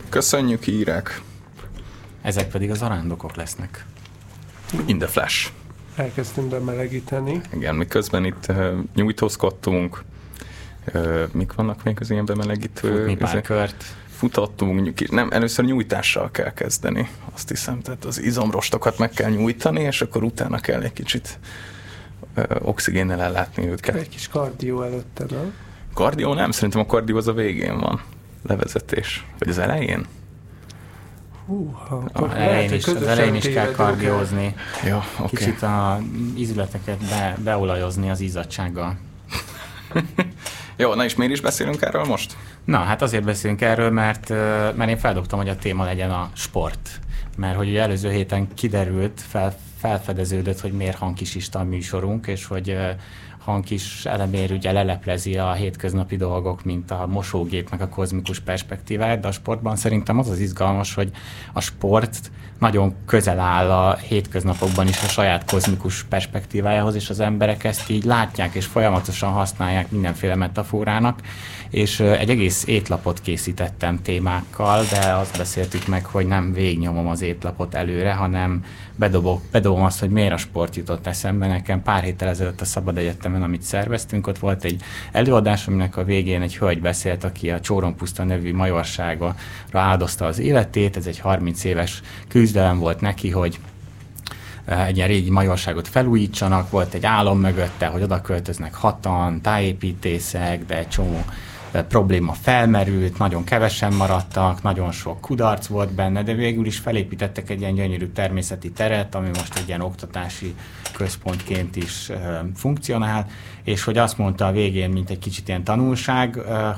Köszönjük, hírek! Ezek pedig az arándokok lesznek. In the flash. Elkezdtünk bemelegíteni. Igen, miközben itt nyújtózkodtunk. Mik vannak még az ilyen bemelegítő? Futni pár kört. Futottunk. Nem, először nyújtással kell kezdeni, azt hiszem. Tehát az izomrostokat meg kell nyújtani, és akkor utána kell egy kicsit oxigénnel ellátni őket. Egy kis kardió előtte, nem? Kardió nem, szerintem a kardió az a végén van. Levezetés. Vagy az elején? Az elején is kell kardiózni. Ja, okay. Kicsit az ízületeket beolajozni az izzadsággal. Jó, na és miért is beszélünk erről most? Na, hát azért beszélünk erről, mert én feldobtam, hogy a téma legyen a sport. Mert hogy ugye előző héten kiderült, felfedeződött, hogy miért hangkisista a műsorunk, és hogy Hankis elemér ugye leleplezi a hétköznapi dolgok, mint a mosógépnek a kozmikus perspektíváját, de a sportban szerintem az izgalmas, hogy a sport nagyon közel áll a hétköznapokban is a saját kozmikus perspektívájához, és az emberek ezt így látják, és folyamatosan használják mindenféle metaforának, és egy egész étlapot készítettem témákkal, de azt beszéltük meg, hogy nem végignyomom az étlapot előre, hanem bedobom azt, hogy miért a sport jutott eszembe. Nekem pár héttel ezelőtt a Szabad Egyetemen, amit szerveztünk, ott volt egy előadás, aminek a végén egy hölgy beszélt, aki a Csórompuszta nevű majorságra áldozta az életét. Ez egy 30 éves küzdelem volt neki, hogy egy ilyen régi majorságot felújítsanak, volt egy álom mögötte, hogy oda költöznek hatan, tájépítészek, de egy csomó probléma felmerült, nagyon kevesen maradtak, nagyon sok kudarc volt benne, de végül is felépítettek egy ilyen gyönyörű természeti teret, ami most egy ilyen oktatási központként is funkcionál, és hogy azt mondta a végén, mint egy kicsit ilyen tanulság,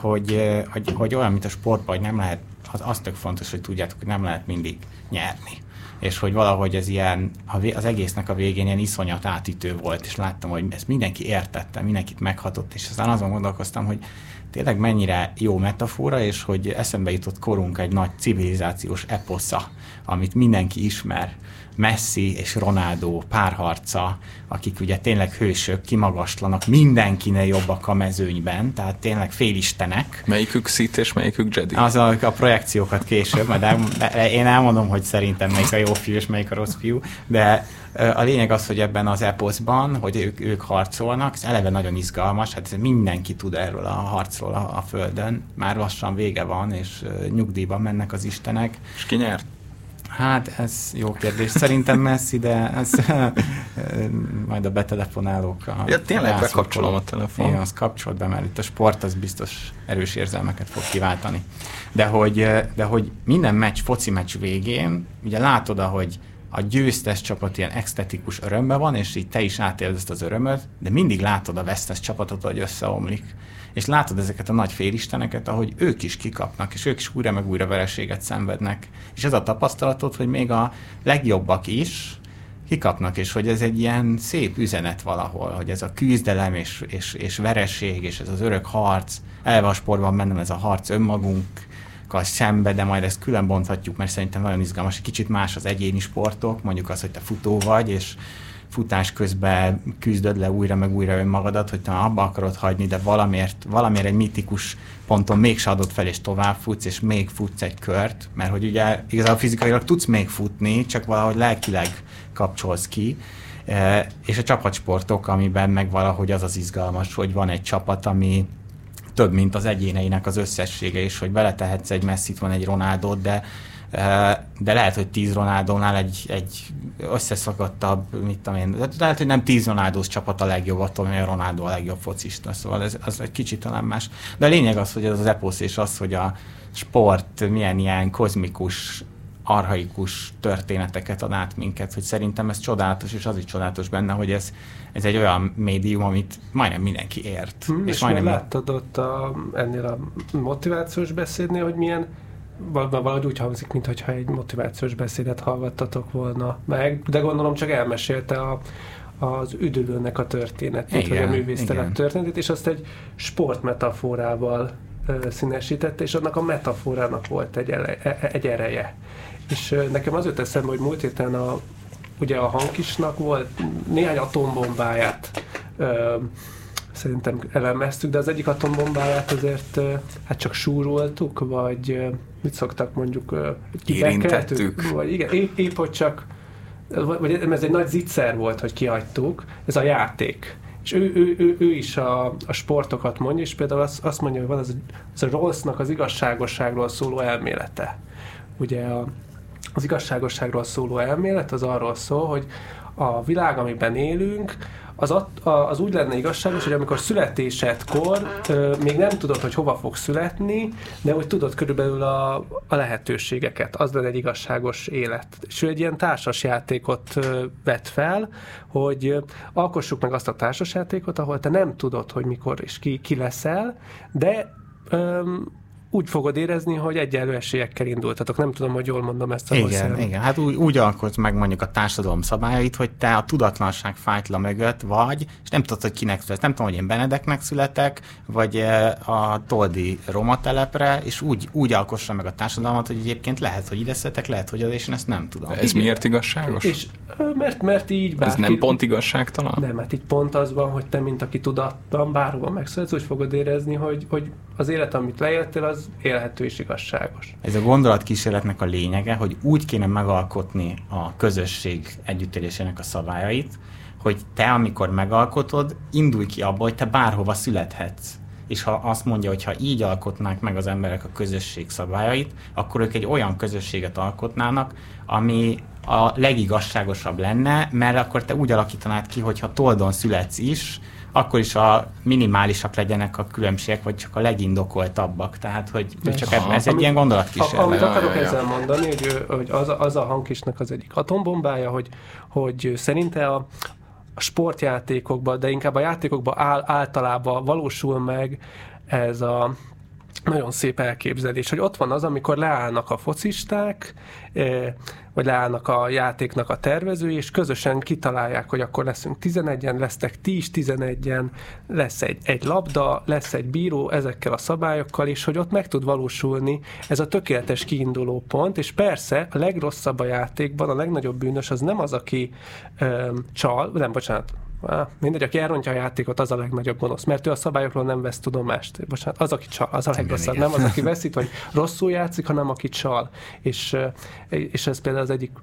hogy olyan, mint a sportban, hogy nem lehet, az tök fontos, hogy tudjátok, hogy nem lehet mindig nyerni. És hogy valahogy ez ilyen, az egésznek a végén ilyen iszonyat átütő volt, és láttam, hogy ezt mindenki értette, mindenkit meghatott, és aztán azon gondolkoztam, hogy tényleg mennyire jó metafora, és hogy eszembe jutott korunk egy nagy civilizációs eposza, amit mindenki ismer, Messi és Ronaldo párharca, akik ugye tényleg hősök, kimagaslanak, mindenkinél jobbak a mezőnyben, tehát tényleg félistenek. Melyikük Sith és melyikük Jedi? Az a projekciókat később, majd én elmondom, hogy szerintem melyik a jó fiú és melyik a rossz fiú, de a lényeg az, hogy ebben az eposzban, hogy ők harcolnak, ez eleve nagyon izgalmas, hát mindenki tud erről a harcról a Földön, már lassan vége van, és nyugdíjban mennek az istenek. És ki nyert? Hát ez jó kérdés. Szerintem Messi, de ez majd a betelefonálók. Ja, tényleg bekapcsolom a telefon. Igen, az kapcsolt be, mert itt a sport az biztos erős érzelmeket fog kiváltani. De hogy minden foci meccs végén, ugye látod, ahogy a győztes csapat ilyen extatikus örömben van, és így te is átéled ezt az örömöt, de mindig látod a vesztes csapatot, hogy összeomlik. És látod ezeket a nagy félisteneket, ahogy ők is kikapnak, és ők is újra meg újra vereséget szenvednek. És ez a tapasztalatod, hogy még a legjobbak is kikapnak, és hogy ez egy ilyen szép üzenet valahol, hogy ez a küzdelem és vereség, és ez az örök harc, elve a sportban bennem ez a harc önmagunkkal szembe, de majd ezt külön bonthatjuk, mert szerintem nagyon izgalmas. Egy kicsit más az egyéni sportok, mondjuk az, hogy te futó vagy, és futás közben küzdöd le újra meg újra önmagadat, hogy te abba akarod hagyni, de valamiért egy mitikus ponton mégse adod fel, és tovább futsz, és még futsz egy kört, mert hogy ugye igazából fizikailag tudsz még futni, csak valahogy lelkileg kapcsolsz ki, és a csapatsportok, amiben meg valahogy az izgalmas, hogy van egy csapat, ami több, mint az egyéneinek az összessége, és hogy beletehetsz egy Messit, van egy Ronaldot, de lehet, hogy 10 Ronaldónál egy összeszakadtabb, mit tudom én, lehet, hogy nem 10 Ronaldós csapat a legjobb, attól, hogy a Ronaldo a legjobb focista, szóval az egy kicsit talán más. De a lényeg az, hogy ez az eposz és az, hogy a sport milyen ilyen kozmikus, archaikus történeteket ad át minket, hogy szerintem ez csodálatos, és az is csodálatos benne, hogy ez egy olyan médium, amit majdnem mindenki ért. És majdnem láttad ott ennél a motivációs beszédnél, hogy milyen valahogy úgy hangzik, mintha egy motivációs beszédet hallgattatok volna meg, de gondolom csak elmesélte az üdülőnek a történetét, vagy a művésztelek történetét, és azt egy sportmetaforával színesítette, és annak a metaforának volt egy ereje. És nekem az jött eszembe, hogy múlt héten ugye a Hankisnak volt néhány atombombáját szerintem elemeztük, de az egyik atombombáját azért hát csak súroltuk, vagy mit szoktak mondjuk érintettük? Vagy igen, épp hogy csak, vagy ez egy nagy zicser volt, hogy kihagytuk, ez a játék. És ő is a sportokat mondja, és például azt mondja, hogy van az a Rawlsnak az igazságosságról szóló elmélete. Ugye az igazságosságról szóló elmélet az arról szól, hogy a világ, amiben élünk, az úgy lenne igazságos, hogy amikor születésedkor még nem tudod, hogy hova fog születni, de hogy tudod körülbelül a lehetőségeket. Az lenne egy igazságos élet. És ő egy ilyen társasjátékot vett fel, hogy alkossuk meg azt a társasjátékot, ahol te nem tudod, hogy mikor és ki leszel, de úgy fogod érezni, hogy egyenlő esélyekkel indultatok. Nem tudom, hogy jól mondom ezt a Igen, hát úgy alkotsz meg mondjuk a társadalom szabályait, hogy te a tudatlanság fájtla mögött vagy, és nem tudod, hogy kinek születsz. Nem tudom, hogy én Benedeknek születek, vagy a Toldi roma telepre, és úgy alkossa meg a társadalmat, hogy egyébként lehet, hogy ide születek, lehet, hogy az, és én ezt nem tudom. Ez miért igazságos? És mert így bárki... Ez nem pont igazságtalan? Nem, mert így pont az van, hogy te, mint aki tudatlan, bárhova megszületsz, úgy fogod érezni, hogy az élet, amit leéltél, az élhető és igazságos. Ez a gondolatkísérletnek a lényege, hogy úgy kéne megalkotni a közösség együttélésének a szabályait, hogy te, amikor megalkotod, indulj ki abból, hogy te bárhova születhetsz. És ha azt mondja, hogy ha így alkotnák meg az emberek a közösség szabályait, akkor ők egy olyan közösséget alkotnának, ami a legigazságosabb lenne, mert akkor te úgy alakítanád ki, hogyha Toldon születsz is, akkor is a minimálisak legyenek a különbségek, vagy csak a legindokoltabbak. Tehát, hogy csak ez egy ilyen gondolatkísérlet. Amit akarok ezzel mondani, hogy az a Hankisnak az egyik atombombája, hogy szerinte a sportjátékokban, de inkább a játékokban általában valósul meg ez a nagyon szép elképzelés, hogy ott van az, amikor leállnak a focisták, vagy leállnak a játéknak a tervezői, és közösen kitalálják, hogy akkor leszünk 11-en, lesztek ti is 11-en, lesz egy labda, lesz egy bíró ezekkel a szabályokkal, és hogy ott meg tud valósulni ez a tökéletes kiinduló pont, és persze a legrosszabb a játékban, a legnagyobb bűnös az nem az, aki mindegy, aki elrontja a játékot, az a legnagyobb gonosz, mert ő a szabályokról nem vesz tudomást. Bocsánat, az, aki csal, az a legrosszabb. Nem az, aki veszít, vagy rosszul játszik, hanem aki csal. És ez például az egyik...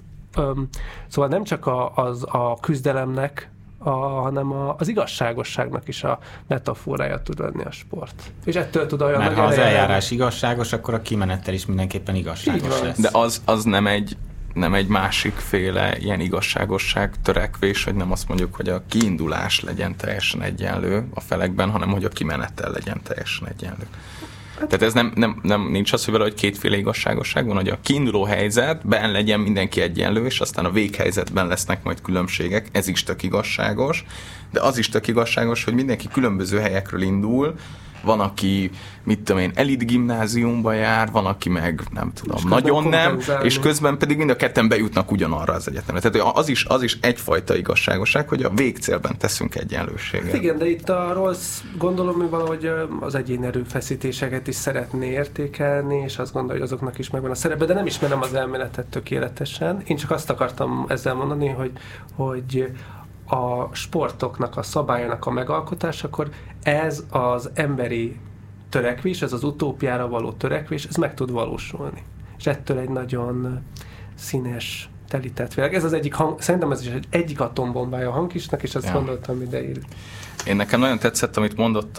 Szóval nem csak a küzdelemnek, hanem az igazságosságnak is a metaforája tud lenni a sport. És ettől tud olyan... Mert ha az eljárás igazságos, akkor a kimenettel is mindenképpen igazságos lesz. De az nem egy másikféle ilyen igazságosság törekvés, hogy nem azt mondjuk, hogy a kiindulás legyen teljesen egyenlő a felekben, hanem hogy a kimenettel legyen teljesen egyenlő. Tehát ez nem nincs az, hogy valahogy kétféle igazságosság van, hogy a kiinduló helyzetben legyen mindenki egyenlő, és aztán a véghelyzetben lesznek majd különbségek, ez is tök igazságos, de az is tök igazságos, hogy mindenki különböző helyekről indul, van, aki, mit tudom én, elit gimnáziumba jár, van, aki meg, nem tudom, és nagyon nem, és közben pedig mind a ketten bejutnak ugyanarra az egyetemre. Tehát az is egyfajta igazságosság, hogy a végcélben teszünk egyenlőséget. Igen, de itt a rossz, gondolom, hogy valahogy az egyén erőfeszítéseket is szeretné értékelni, és azt gondolja, hogy azoknak is megvan a szerepe, de nem ismerem az elméletet tökéletesen. Én csak azt akartam ezzel mondani, hogy a sportoknak, a szabályának a megalkotásakor ez az emberi törekvés, ez az utópiára való törekvés, ez meg tud valósulni. És ettől egy nagyon színes, telített világ. Ez az egyik szerintem ez is egyik atombombája a Hankisnak, és azt gondoltam ideig. Én nekem nagyon tetszett, amit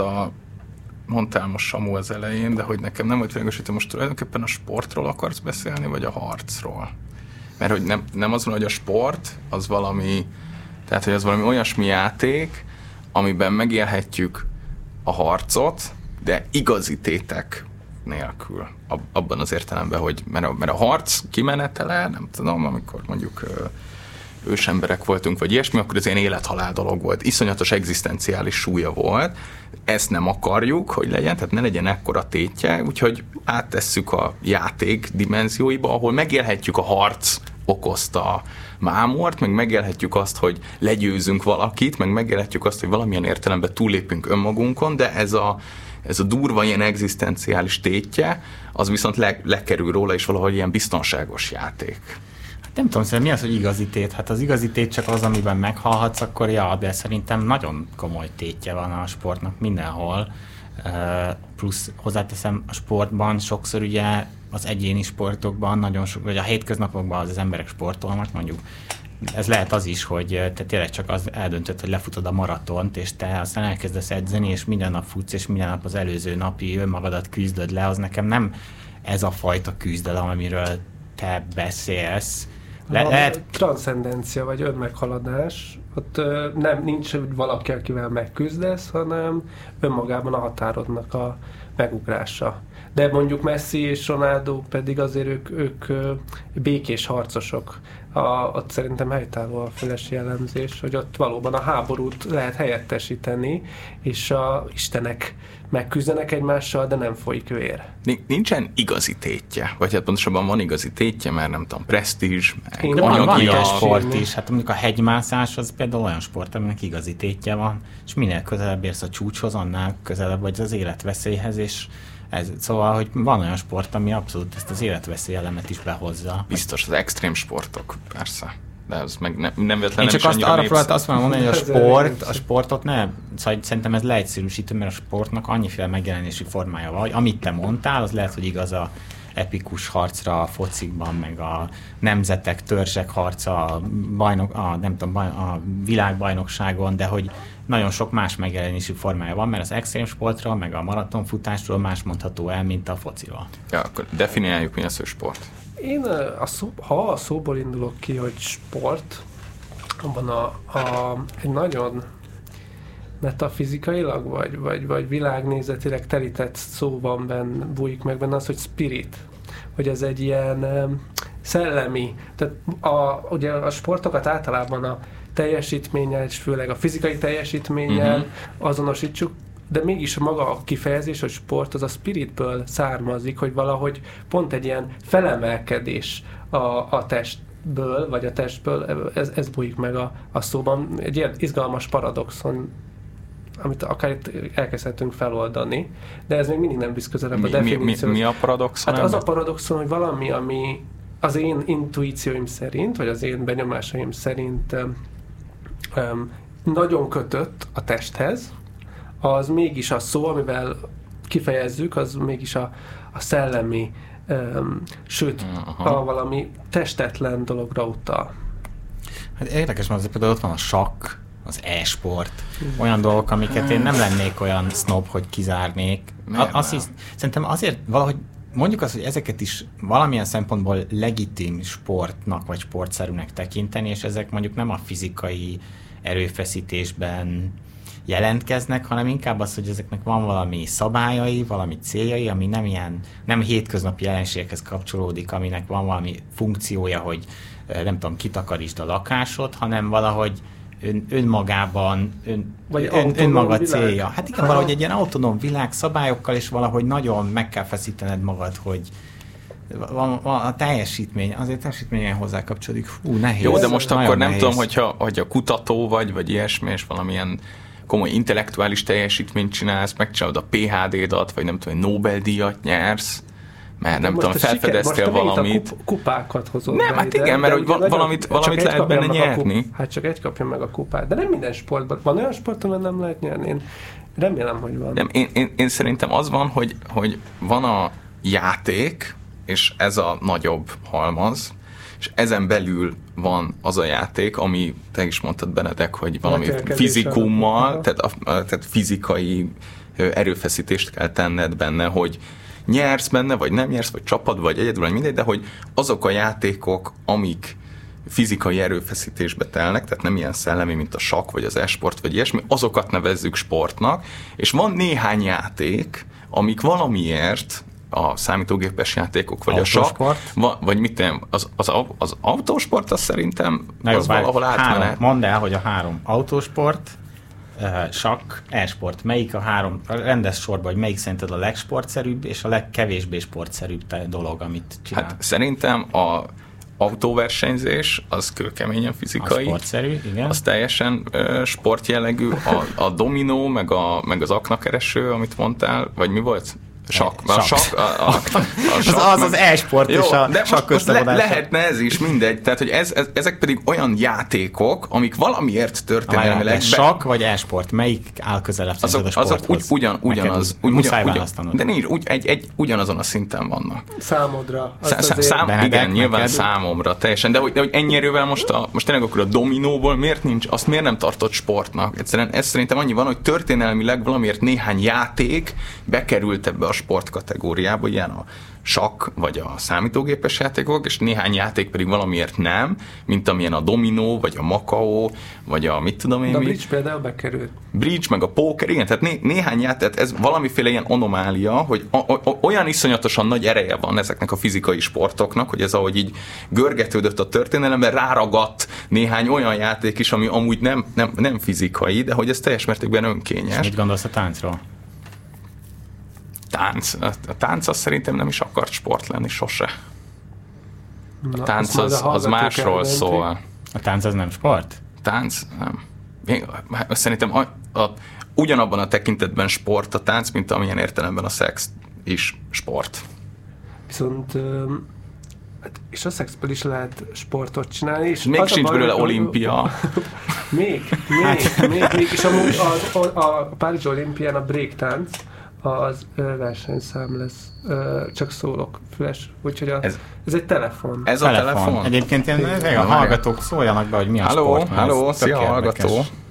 mondtál most Samu az elején, de hogy nekem nem volt világos, hogy te most tulajdonképpen a sportról akarsz beszélni, vagy a harcról. Mert hogy nem az van, hogy a sport az valami, tehát hogy az valami olyasmi játék, amiben megélhetjük a harcot, de igazi tétek nélkül. Abban az értelemben, hogy mert a harc kimenetele, nem tudom, amikor mondjuk ősemberek voltunk, vagy ilyesmi, akkor ez ilyen élethalál dolog volt. Iszonyatos egzisztenciális súlya volt. Ezt nem akarjuk, hogy legyen, tehát ne legyen ekkora tétje, úgyhogy áttesszük a játék dimenzióiba, ahol megélhetjük a harc okozta mámort, meg megélhetjük azt, hogy legyőzünk valakit, meg megélhetjük azt, hogy valamilyen értelemben túllépünk önmagunkon, de ez a durva ilyen egzisztenciális tétje, az viszont lekerül róla, és valahogy ilyen biztonságos játék. Nem tudom, szerintem mi az, hogy igazi tét? Hát az igazi tét csak az, amiben meghalhatsz, akkor ja, de szerintem nagyon komoly tétje van a sportnak mindenhol. Plusz hozzáteszem, a sportban sokszor ugye az egyéni sportokban nagyon sok, vagy a hétköznapokban az emberek sportolnak, mondjuk ez lehet az is, hogy te tényleg csak az eldöntöd, hogy lefutod a maratont, és te aztán elkezdesz edzeni, és minden nap futsz, és minden nap az előző napi önmagadat küzdöd le, az nekem nem ez a fajta küzdelem, amiről te beszélsz. Lehet transzcendencia, vagy önmeghaladás, ott nincs valaki, akivel megküzdesz, hanem önmagában a határodnak a megugrása. De mondjuk Messi és Ronaldo pedig azért ők békés harcosok. Ott szerintem helytálló a fölesi jellemzés, hogy ott valóban a háborút lehet helyettesíteni, és a istenek megküzdenek egymással, de nem folyik vér. Nincsen igazi tétje, vagy hát pontosabban van igazi tétje, mert nem tudom, presztízs, van ilyen sport is, hát mondjuk a hegymászás az például olyan sport, aminek igazi tétje van, és minél közelebb érsz a csúcshoz, annál közelebb vagy az életveszélyhez, és szóval, hogy van olyan sport, ami abszolút ezt az életveszély elemet is behozza. Biztos, az extrém sportok, persze. De az meg nem véletlen. Én csak arra próbáltam azt mondani, hogy a sportot nem, szóval szerintem ez leegyszerűsítő, mert a sportnak annyiféle megjelenési formája van, hogy amit te mondtál, az lehet, hogy igaz a epikus harcra a focikban, meg a nemzetek, törzsek harca a világbajnokságon, de hogy nagyon sok más megjelenési formája van, mert az extrém sportra, meg a maratonfutásról más mondható el, mint a fociról. Ja, akkor definiáljuk, mi az, hogy sport. Én, ha a szóból indulok ki, hogy sport, abban egy nagyon metafizikailag, vagy világnézetileg telített szóban bújik meg benne az, hogy spirit, hogy ez egy ilyen szellemi, tehát ugye a sportokat általában a teljesítménnyel, és főleg a fizikai teljesítménnyel azonosítsuk, de mégis maga a kifejezés, hogy sport, az a spiritből származik, hogy valahogy pont egy ilyen felemelkedés a testből, vagy a testből, ez bújik meg a szóban. Egy ilyen izgalmas paradoxon, amit akár itt elkezdhetünk feloldani, de ez még mindig nem visz közelebb a definícióhoz. Mi a paradoxon? Hát az a paradoxon, hogy valami, ami az én intuícióim szerint, vagy az én benyomásaim szerint nagyon kötött a testhez, az mégis a szó, amivel kifejezzük, az mégis a szellemi, sőt, a valami testetlen dologra utal. Hát érdekes, mert például ott van a sakk, az e-sport, olyan dolgok, amiket én nem lennék olyan snob, hogy kizárnék. Szerintem azért valahogy mondjuk azt, hogy ezeket is valamilyen szempontból legitim sportnak vagy sportszerűnek tekinteni, és ezek mondjuk nem a fizikai erőfeszítésben jelentkeznek, hanem inkább az, hogy ezeknek van valami szabályai, valami céljai, ami nem hétköznapi jelenségekhez kapcsolódik, aminek van valami funkciója, hogy nem tudom, kitakarítsd a lakásod, hanem valahogy önmagában, önmaga célja. Hát igen, valahogy egy ilyen autonóm világ szabályokkal, és valahogy nagyon meg kell feszítened magad, hogy van a teljesítmény, azért teljesítményen hozzá kapcsolódik. Nehéz. Jó, de most akkor nem tudom, hogyha kutató vagy ilyesmi, és valamilyen komoly intellektuális teljesítményt csinálsz, megcsinálod a PhD-dat, vagy nem tudom, Nobel-díjat nyersz, mert nem tudom, felfedeztél valamit. Kupákat hozod. Nem, hát igen, mert hogy valamit lehet benne nyerni. Hát csak egy kapja meg a kupát. De nem minden sportban. Van olyan sport, amiben nem lehet nyerni? Én remélem, hogy van. Nem, én szerintem az van, hogy van a játék, és ez a nagyobb halmaz, és ezen belül van az a játék, ami, te is mondtad, Benedek, hogy valami fizikummal, tehát fizikai erőfeszítést kell tenned benne, hogy nyersz benne, vagy nem nyersz, vagy csapad, vagy egyedül, vagy mindegy, de hogy azok a játékok, amik fizikai erőfeszítésbe telnek, tehát nem ilyen szellemi, mint a sakk, vagy az e-sport, vagy ilyesmi, azokat nevezzük sportnak, és van néhány játék, amik valamiért a számítógépes játékok, vagy autósport. A sakk, vagy mit nem, az autósport, az szerintem az valahol átmenet. Mondd el, hogy a 3 autósport, sakk, e-sport, melyik a 3 rendes sorban, hogy melyik szerinted a legsportszerűbb, és a legkevésbé sportszerűbb dolog, amit csinál? Hát szerintem a autóversenyzés, az kőkeményen fizikai. A sportszerű, igen. Az teljesen sportjellegű. A dominó, meg az aknakereső, amit mondtál, vagy mi volt? Az e-sport és a sakk összevonása. Lehetne ez is, mindegy. Tehát, hogy ezek pedig olyan játékok, amik valamiért történelmileg... Sakk vagy e-sport? Melyik áll közelebb szerinted a sporthoz? Azok ugyanaz. Muszáj választanod. De nincs, ugyanazon a szinten vannak. Számodra. Igen, nyilván számomra teljesen. De hogy ennyi erővel most tényleg akkor a dominóból miért nem tartott sportnak? Egyszerűen ez szerintem annyi van, hogy történelmileg valamiért néhány játék bekerült ebbe a sport kategóriába, ilyen a sakk vagy a számítógépes játékok, és néhány játék pedig valamiért nem, mint amilyen a dominó, vagy a Macao, vagy a mit tudom én. De a bridge például bekerült. Bridge, meg a póker, igen, tehát néhány játék, ez valamiféle ilyen anomália, hogy olyan iszonyatosan nagy ereje van ezeknek a fizikai sportoknak, hogy ez ahogy így görgetődött a történelemben, ráragadt néhány olyan játék is, ami amúgy nem fizikai, de hogy ez teljes mértékben önkényes. És mit gondolsz a táncról? A tánc az szerintem nem is akart sport lenni sose. A tánc az másról szól. A tánc az nem sport? Tánc nem. Szerintem ugyanabban a tekintetben sport a tánc, mint amilyen értelemben a szex is sport. Viszont és a szexből is lehet sportot csinálni. És még sincs belőle olimpia. Még. És amúgy a Párizsi olimpián a breaktánc az versenyszám lesz. Csak szólok, füles. Úgyhogy ez egy telefon. Ez a telefon? Egyébként a hallgatók szóljanak be, hogy mi a sport. Halló, szia hallgató.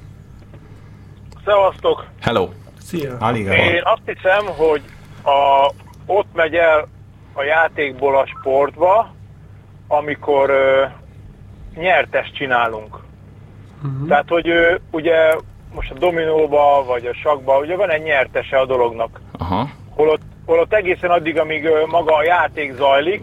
Szevasztok. Hello. Szia. Én azt hiszem, hogy ott megy el a játékból a sportba, amikor nyertest csinálunk. Uh-huh. Tehát, hogy ugye most a dominóba, vagy a sakkba, ugye van egy nyertese a dolognak. Aha. Holott egészen addig, amíg maga a játék zajlik,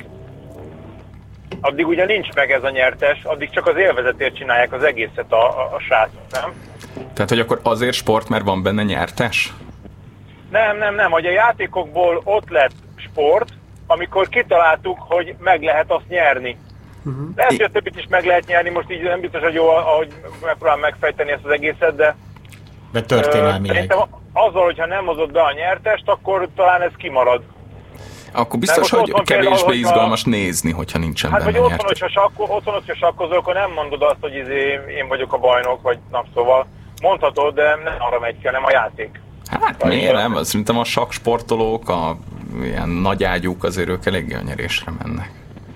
addig ugye nincs meg ez a nyertes, addig csak az élvezetért csinálják az egészet a srácok, nem? Tehát, hogy akkor azért sport, mert van benne nyertes? Nem, hogy a játékokból ott lett sport, amikor kitaláltuk, hogy meg lehet azt nyerni. Uh-huh. Lehet, hogy a többit is meg lehet nyerni, most így nem biztos, hogy jó, ahogy megpróbálom megfejteni ezt az egészet, de történelmileg. Szerintem azzal, hogyha nem hozott be a nyertest, akkor talán ez kimarad. Akkor biztos, hogy kevésbé izgalmas nézni, hogyha nincsen benne nyertes. Hát, hogy otthon, hogyha sakkozol, akkor nem mondod azt, hogy én vagyok a bajnok, vagy szóval mondhatod, de nem arra megy ki, hanem a játék. Hát miért nem? Szerintem a sakksportolók, ilyen nagyágyúk azért ők eléggé a nyerésre mennek.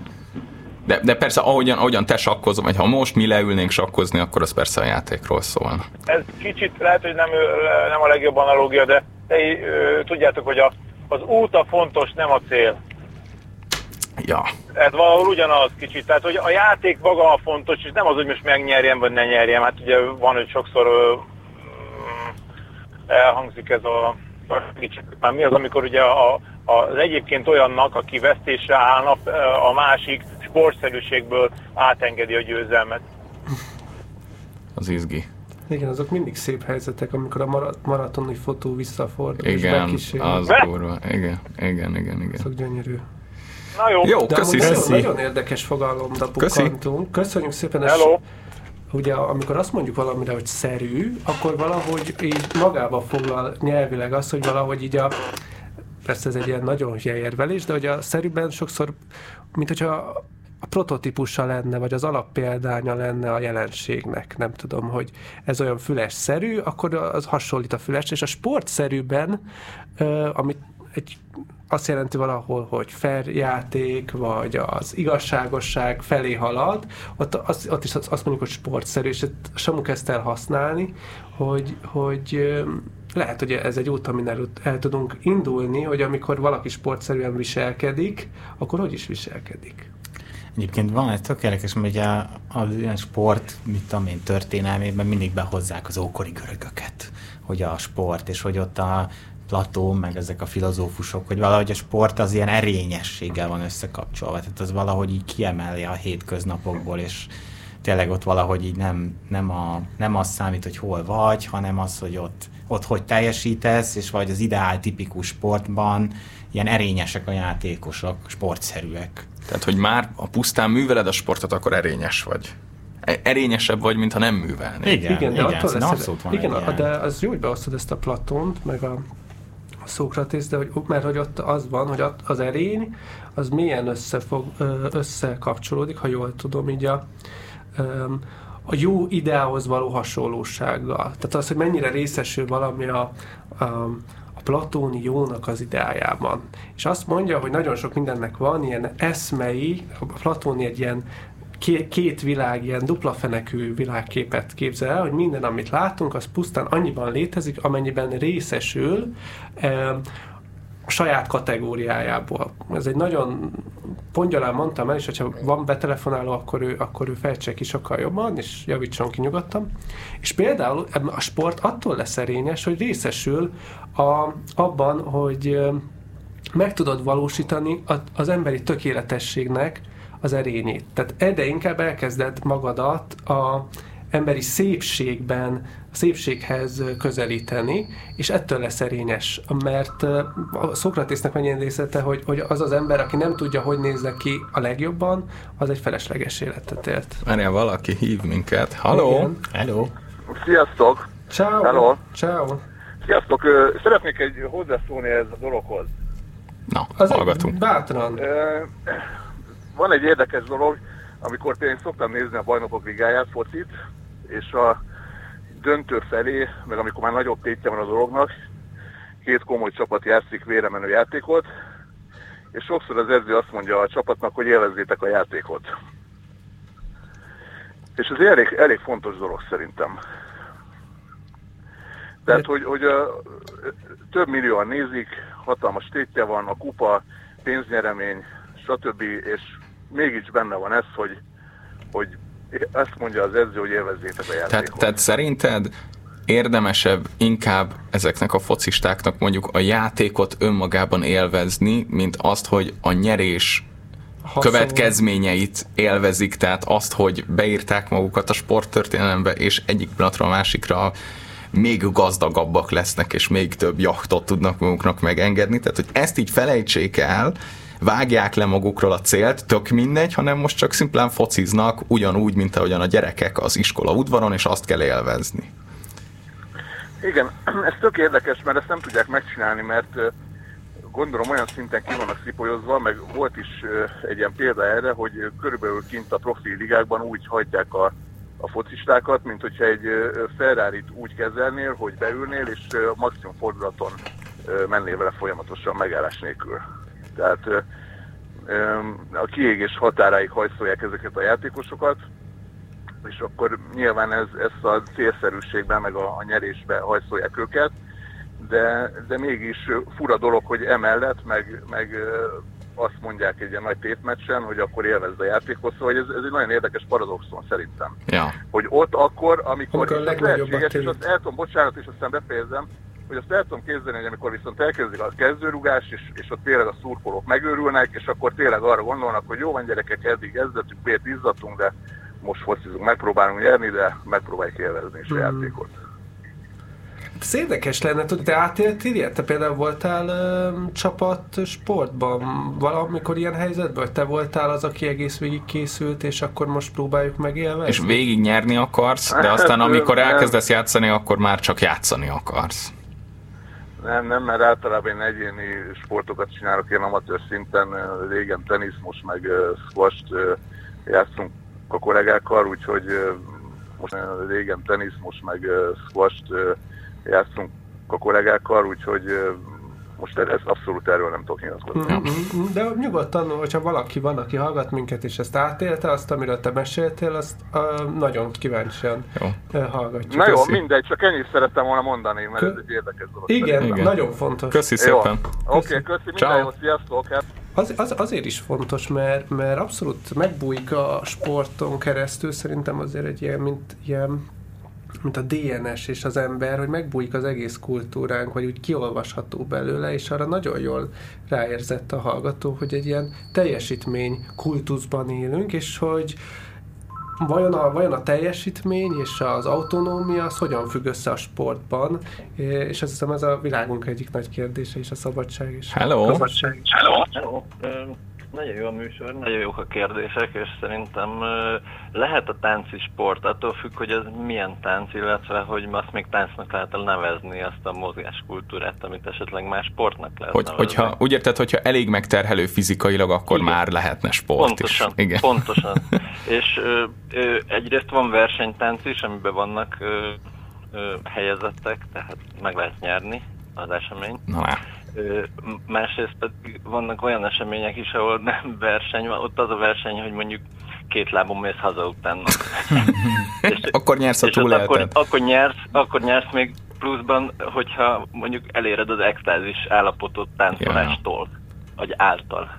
De persze, ahogyan te sakkozol, vagy ha most mi leülnénk sakkozni, akkor az persze a játékról szólna. Ez kicsit lehet, hogy nem a legjobb analógia, de tudjátok, hogy az út a fontos, nem a cél. Ja. Ez valahol ugyanaz kicsit. Tehát, hogy a játék maga a fontos, és nem az, hogy most megnyerjem, vagy ne nyerjem. Hát ugye van, hogy sokszor elhangzik ez már mi az, amikor ugye az egyébként olyannak, aki vesztésre állna, a másik sportszerűségből átengedi a győzelmet. Az izgi. Igen, azok mindig szép helyzetek, amikor a maratoni fotó visszafordul. Igen, az durva. Igen. Azok gyönyörű. Na jó, köszi. Nagyon érdekes fogalomra bukkantunk. Köszönjük szépen. Hello. Ugye, amikor azt mondjuk valamire, hogy szerű, akkor valahogy így magába foglal nyelvileg az, hogy valahogy így persze ez egy ilyen nagyon hülye érvelés, de hogy a szerűben sokszor, mint hogyha a prototípusa lenne, vagy az alappéldánya lenne a jelenségnek. Nem tudom, hogy ez olyan füles-szerű, akkor az hasonlít a fülesre, és a sportszerűben, amit azt jelenti valahol, hogy fair játék, vagy az igazságosság felé halad, ott is azt mondjuk, hogy sportszerű, és Samu kezdte el használni, hogy lehet, hogy ez egy út, amin el tudunk indulni, hogy amikor valaki sportszerűen viselkedik, akkor hogy is viselkedik. Egyébként van ez tök érdekes, mert ugye a sport, mit tudom én, történelmében mindig behozzák az ókori görögöket, hogy a sport, és hogy ott a Platón, meg ezek a filozófusok, hogy valahogy a sport az ilyen erényességgel van összekapcsolva, tehát az valahogy így kiemeli a hétköznapokból, és tényleg ott valahogy így nem az számít, hogy hol vagy, hanem az, hogy ott hogy teljesítesz, és vagy az ideál tipikus sportban ilyen erényesek a játékosok, sportszerűek. Tehát, hogy már a pusztán műveled a sportot, akkor erényes vagy. Erényesebb vagy, mintha nem művelnél. Igen, de abszolút van. Igen, de az jó, hogy beosztod ezt a Platont, meg Szókratész, de mert hogy ott az van, hogy az erény, az milyen összekapcsolódik, ha jól tudom, így a jó ideához való hasonlósággal. Tehát az, hogy mennyire részesül valami a platóni jónak az ideájában. És azt mondja, hogy nagyon sok mindennek van ilyen eszmei, a platóni egy ilyen két világ, ilyen dupla fenekű világképet képzel el, hogy minden, amit látunk, az pusztán annyiban létezik, amennyiben részesül a saját kategóriájából. Ez egy nagyon pongyalán mondtam el, és hogyha van betelefonáló, akkor ő fejtse ki sokkal jobban, és javítson ki nyugodtan. És például a sport attól lesz erényes, hogy részesül abban, hogy meg tudod valósítani az emberi tökéletességnek az erényét. Tehát egyre inkább elkezded magadat a emberi szépséghez közelíteni, és ettől lesz erényes. Mert a Szókratésznek mennyi részlete, hogy az az ember, aki nem tudja, hogy néznek ki a legjobban, az egy felesleges életet élt. Várjál, valaki hív minket. Halló! Hello! Sziasztok! Ciao! Hello! Ciao! Sziasztok! Szeretnék hozzászólni ez a dologhoz. Na, hallgatunk. Bátran. Van egy érdekes dolog, amikor én szoktam nézni a Bajnokok Ligáját, focit, és a döntő felé, meg amikor már nagyobb tétje van a dolognak, két komoly csapat játszik véremenő játékot, és sokszor az edző azt mondja a csapatnak, hogy élvezzétek a játékot. És ez elég fontos dolog szerintem. Tehát, hogy több millióan nézik, hatalmas tétje van, a kupa, pénznyeremény, stb. És mégis benne van ez, hogy azt mondja az edző, hogy élvezzétek a játékot. Tehát szerinted érdemesebb inkább ezeknek a focistáknak mondjuk a játékot önmagában élvezni, mint azt, hogy a nyerés következményeit élvezik, tehát azt, hogy beírták magukat a sporttörténelembe, és egyik pillanatra a másikra még gazdagabbak lesznek, és még több jachtot tudnak maguknak megengedni. Tehát, hogy ezt így felejtsék el, vágják le magukról a célt, tök mindegy, hanem most csak szimplán fociznak, ugyanúgy, mint ahogyan a gyerekek az iskola udvaron, és azt kell élvezni. Igen, ez tök érdekes, mert ezt nem tudják megcsinálni, mert gondolom olyan szinten ki vannak szipolyozva, meg volt is egy ilyen példa erre, hogy körülbelül kint a profi ligákban úgy hagyják a focistákat, mint hogyha egy Ferrarit úgy kezelnél, hogy beülnél, és maximum fordulaton mennél vele folyamatosan megállás nélkül. Tehát a kiégés határáig hajszolják ezeket a játékosokat, és akkor nyilván ezt a célszerűségben, meg a nyerésbe hajszolják őket, de mégis fura dolog, hogy emellett meg azt mondják egy ilyen nagy tétmeccsen, hogy akkor élvezd a játékot, szóval ez egy nagyon érdekes paradoxon szerintem. Ja. Hogy ott akkor, amikor a lehetséges, és azt el tudom, bocsánat, és aztán befejezem, hogy azt el tudom képzelni, hogy amikor viszont elkezdik a kezdőrugás, és ott tényleg a szurkolók megőrülnek, és akkor tényleg arra gondolnak, hogy jó van gyerekek, eddig kezdetünk, bért izzadtunk, de most focizunk, megpróbálunk nyerni, de megpróbáljuk élvezni is a játékot. Ez érdekes lenne, tudod, te átéltél ilyet? Te például voltál csapat sportban valamikor ilyen helyzetben? Vagy te voltál az, aki egész végig készült, és akkor most próbáljuk megélvezni? És végig nyerni akarsz, de aztán amikor elkezdesz játszani, akkor már csak játszani akarsz. Nem, mert általában én egyéni sportokat csinálok, én amatőr szinten, régen tenisz, most meg squasht játszunk a kollégákkal, úgyhogy most régen tenisz, most meg squasht játszunk a kollégákkal, úgyhogy most ezt abszolút erről nem tudok nyilatkozni. De nyugodtan, hogyha valaki van, aki hallgat minket, és ezt átélte, azt, amiről te meséltél, azt nagyon kíváncsian hallgatjuk. Na jó, mindegy, csak ennyit szerettem volna mondani, mert ez egy érdekes dolog. Igen, nagyon fontos. Köszi szépen. Oké, köszi, minden jó, sziasztok! Azért is fontos, mert abszolút megbújik a sporton keresztül, szerintem azért egy ilyen mint a DNS és az ember, hogy megbújik az egész kultúránk, vagy úgy kiolvasható belőle, és arra nagyon jól ráérzett a hallgató, hogy egy ilyen teljesítmény kultuszban élünk, és hogy vajon a teljesítmény és az autonómia az hogyan függ össze a sportban, és azt hiszem ez a világunk egyik nagy kérdése is, a szabadság és Hello. a szabadság. Hello. Nagyon jó a műsor, nagyon jók a kérdések, és szerintem lehet a tánci sport, attól függ, hogy ez milyen tánc, illetve hogy azt még táncnak lehet nevezni, azt a mozgáskultúrát, amit esetleg más sportnak lehet nevezni. Hogyha, úgy érted, hogyha elég megterhelő fizikailag, akkor igen, már lehetne sport pontosan, is. Igen. Pontosan. És egyrészt van versenytánc is, amiben vannak helyezettek, tehát meg lehet nyerni az eseményt. Másrészt pedig vannak olyan események is, ahol nem verseny van, ott az a verseny, hogy mondjuk 2 lábon mész haza utána. Akkor nyersz a túléltet. Akkor nyersz még pluszban, hogyha mondjuk eléred az extázis állapotot táncolástól, vagy által.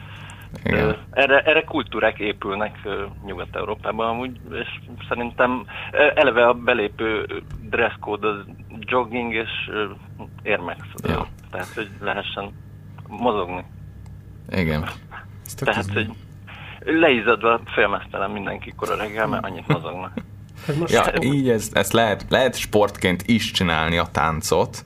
Erre kultúrák épülnek Nyugat-Európában amúgy, és szerintem eleve a belépő dresscode az jogging és Air Max. Ja. Tehát, hogy lehessen mozogni. Igen. Tehát, hogy leizzadva félmeztelen mindenki kora reggel, mert annyit mozognak. Így ezt lehet sportként is csinálni a táncot.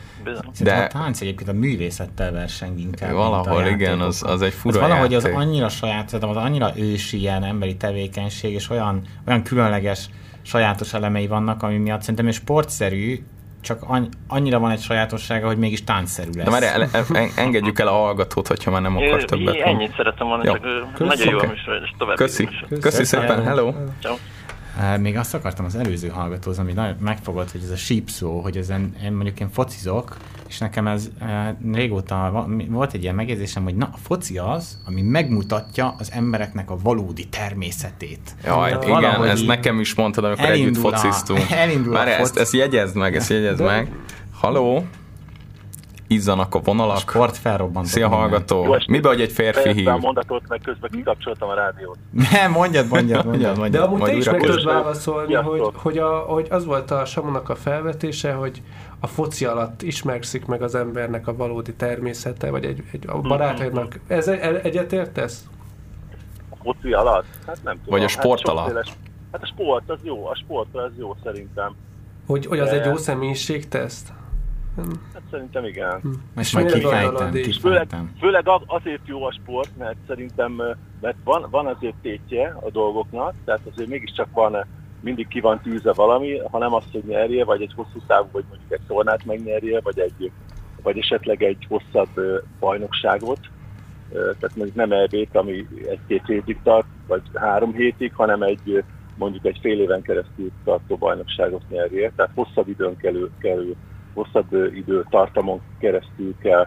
De a tánc egyébként a művészettel verseng inkább. Valahol igen, az egy fura valahogy játék. Az annyira saját, az annyira ősi ilyen emberi tevékenység, és olyan különleges, sajátos elemei vannak, ami miatt szerintem ő sportszerű, csak annyira van egy sajátossága, hogy mégis táncszerű lesz. De már engedjük el a hallgatót, hogyha már nem akar többet. Ennyit szeretem volna, csak nagyon jó a műsor, és tovább. Köszi szépen, hello! Ciao. Még azt akartam az előző hallgatóhoz, ami megfogott, hogy ez a sípszó, hogy mondjuk én focizok, és nekem ez régóta volt egy ilyen megjegyzésem, hogy a foci az, ami megmutatja az embereknek a valódi természetét. Jaj, igen, ezt nekem is mondtad, amikor együtt fociztunk. Már ezt jegyezd meg. Halló? Izzanak a vonalak. A sport felrobbant. Szia, hallgató. Mibe, hogy egy férfi hív? A mondatot, meg közben kikapcsoltam a rádiót. Nem, mondjad. De amúgy te is meg tudod válaszolni, hogy az volt a Samunak a felvetése, hogy a foci alatt ismerszik meg az embernek a valódi természete, vagy a barátainak. Ez egyetértesz? A foci alatt? Hát nem tudom. Vagy a sport alatt? Hát a sport az jó, az jó szerintem. Hogy az egy jó személyiségteszt? Hát szerintem igen. Most majd kifejtem. Főleg azért jó a sport, mert szerintem mert van azért tétje a dolgoknak, tehát azért mégiscsak mindig ki van tűzve valami, hanem azt, hogy nyerje, vagy egy hosszú távú, vagy mondjuk egy tornát megnyerje, vagy esetleg egy hosszabb bajnokságot. Tehát mondjuk nem EB-t, ami 1-2 hétig tart, vagy 3 hétig, hanem mondjuk egy fél éven keresztül tartó bajnokságot nyerje. Tehát hosszabb időn hosszabb időtartamon keresztül kell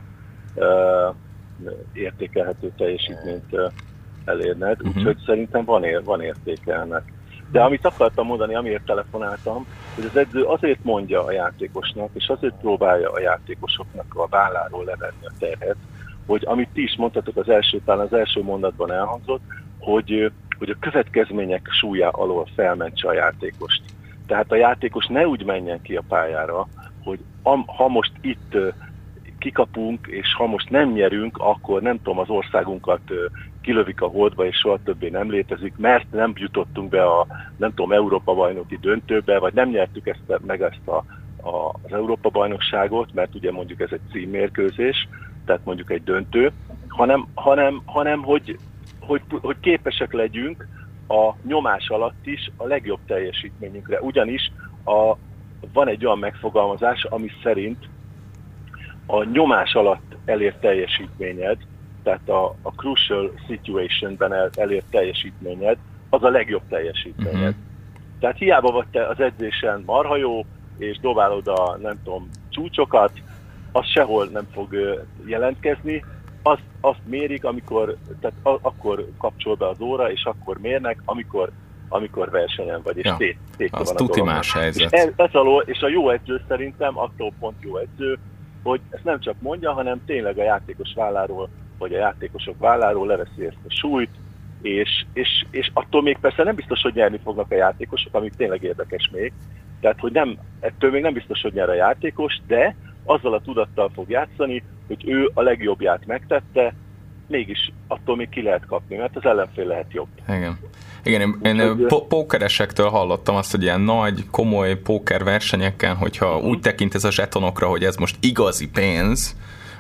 értékelhető teljesítményt elérned, úgyhogy szerintem van értéke ennek. De amit akartam mondani, amiért telefonáltam, hogy az edző azért mondja a játékosnak, és azért próbálja a játékosoknak a válláról levenni a terhet, hogy amit ti is mondtatok az első mondatban elhangzott, hogy a következmények súlyá alól felmentse a játékost. Tehát a játékos ne úgy menjen ki a pályára, hogy ha most itt kikapunk, és ha most nem nyerünk, akkor nem tudom, az országunkat kilövik a holdba, és soha többé nem létezik, mert nem jutottunk be a Európa-bajnoki döntőbe, vagy nem nyertük az Európa-bajnokságot, mert ugye mondjuk ez egy címmérkőzés, tehát mondjuk egy döntő, hanem hogy képesek legyünk a nyomás alatt is a legjobb teljesítményünkre. Ugyanis van egy olyan megfogalmazás, ami szerint a nyomás alatt elért teljesítményed, tehát a crucial situationben elért teljesítményed, az a legjobb teljesítményed. Tehát hiába vagy te az edzésen marha jó, és dobálod a, nem tudom, csúcsokat, az sehol nem fog jelentkezni, azt mérik, akkor kapcsol be az óra, és akkor mérnek, amikor versenyen vagy, és tétje van a tuti más helyzet. És a jó edző szerintem, attól pont jó edző, hogy ezt nem csak mondja, hanem tényleg a játékos válláról, vagy a játékosok válláról leveszi ezt a súlyt, és attól még persze nem biztos, hogy nyerni fognak a játékosok, ami tényleg érdekes még. Tehát, hogy ettől még nem biztos, hogy nyer a játékos, de azzal a tudattal fog játszani, hogy ő a legjobbját megtette, mégis attól még ki lehet kapni, mert az ellenfél lehet jobb. Igen, én pókeresektől hallottam azt, hogy ilyen nagy, komoly póker versenyeken, hogyha úgy tekint ez a zsetonokra, hogy ez most igazi pénz,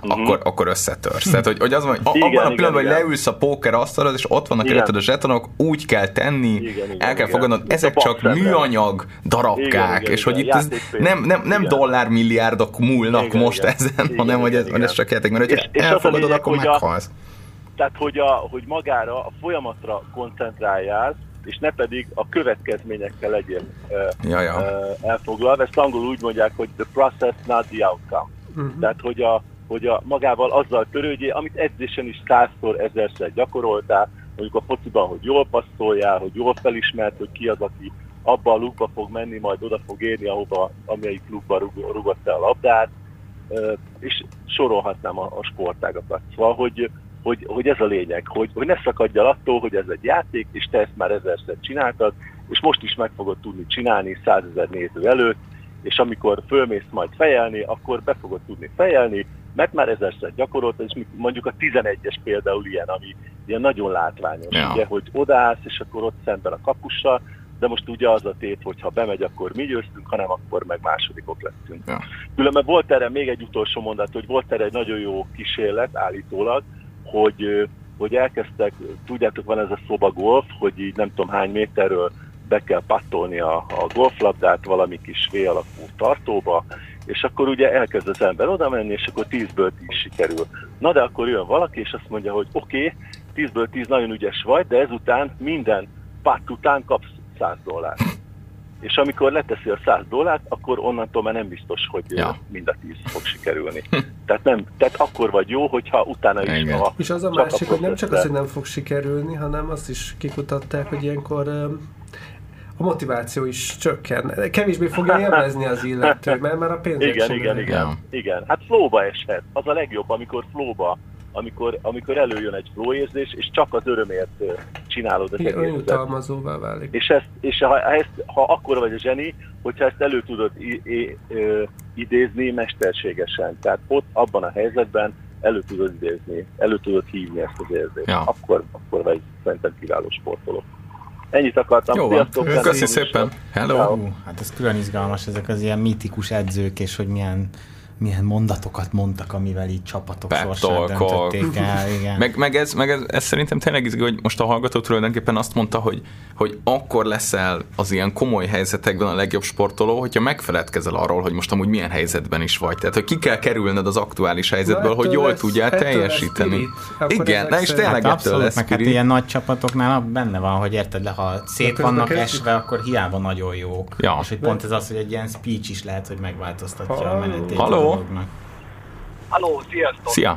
akkor összetörsz. Tehát, hogy az van, hogy abban a pillanatban, hogy leülsz a póker asztalhoz, és ott vannak előtted a zsetonok, úgy kell tenni, el kell fogadnod, ezek csak műanyag darabkák, és hogy itt nem dollármilliárdok múlnak most ezen, hanem hogy ez csak játék, mert hogyha elfogadod, akkor meghalsz. Tehát, hogy magára, a folyamatra koncentráljál, és ne pedig a következményekkel legyél elfoglalva. Ezt angolul úgy mondják, hogy the process, not the outcome. Tehát, hogy magával azzal törődjél, amit edzésen is 100-szor, 1000-szer gyakoroltál, mondjuk a fociban, hogy jól passzoljál, hogy jól felismert, hogy ki az, aki abba a lukba fog menni, majd oda fog érni, amelyik lukba rugott te a labdát, és sorolhatnám a sportágakat. Szóval, hogy ez a lényeg, hogy ne szakadjál attól, hogy ez egy játék, és te ezt már 1000-szer csináltad, és most is meg fogod tudni csinálni 100 000 néző előtt, és amikor fölmész majd fejelni, akkor be fogod tudni fejelni, mert már 1000-szer gyakoroltad, és mondjuk a 11-es például ilyen, ami ilyen nagyon látványos, ugye, hogy odaállsz, és akkor ott szemben a kapussal, de most ugye az a tét, hogy ha bemegy, akkor mi győztünk, hanem akkor meg másodikok lettünk. Ja. Különben volt erre még egy utolsó mondat, hogy volt erre egy nagyon jó kísérlet állítólag, hogy elkezdtek, tudjátok, van ez a szobagolf, hogy így nem tudom hány méterről be kell pattolni a golflabdát valami kis V alakú tartóba, és akkor ugye elkezd az ember oda menni, és akkor 10-ből 10 sikerül. Na de akkor jön valaki, és azt mondja, hogy oké, 10-ből 10 nagyon ügyes vagy, de ezután minden patt után kapsz $100. És amikor leteszi a $100, akkor onnantól már nem biztos, hogy mind a 10 fog sikerülni. Tehát akkor vagy jó, hogyha utána is... És az a másik, hogy nem csak az, hogy nem fog sikerülni, hanem azt is kikutatták, hogy ilyenkor a motiváció is csökken. Kevésbé fogja élvezni az illető, mert már a pénzek Igen. Hát flowba eshet. Az a legjobb, amikor flowba, amikor előjön egy flow érzés, és csak az örömért csinálod az egészet. Önjutalmazóvá válik. És ha akkor vagy a zseni, hogyha ezt elő tudod idézni mesterségesen. Tehát ott abban a helyzetben elő tudod idézni, elő tudod hívni ezt az érzést. Ja. Akkor vagy szerintem kiváló sportoló. Ennyit akartam. Jó van, köszi szépen. Hello. Hát ez külön izgalmas, ezek az ilyen mítikus edzők, és hogy milyen mondatokat mondtak, amivel így csapatok sorsát döntötték el. Igen. Meg ez szerintem tényleg izgő, hogy most a hallgató tulajdonképpen azt mondta, hogy akkor leszel az ilyen komoly helyzetekben a legjobb sportoló, hogyha megfeledkezel arról, hogy most amúgy milyen helyzetben is vagy. Tehát, hogy ki kell kerülned az aktuális helyzetből, hogy jól tudjál teljesíteni. Igen, és tényleg ettől lesz meg hát ilyen nagy csapatoknál benne van, hogy érted le, ha szét vannak esve, akkor hiába nagyon jók. Ja. És hogy pont ez az, hogy egy ilyen speech is lehet, hogy megváltoztatja a menetét. Halló, sziasztok! Szia!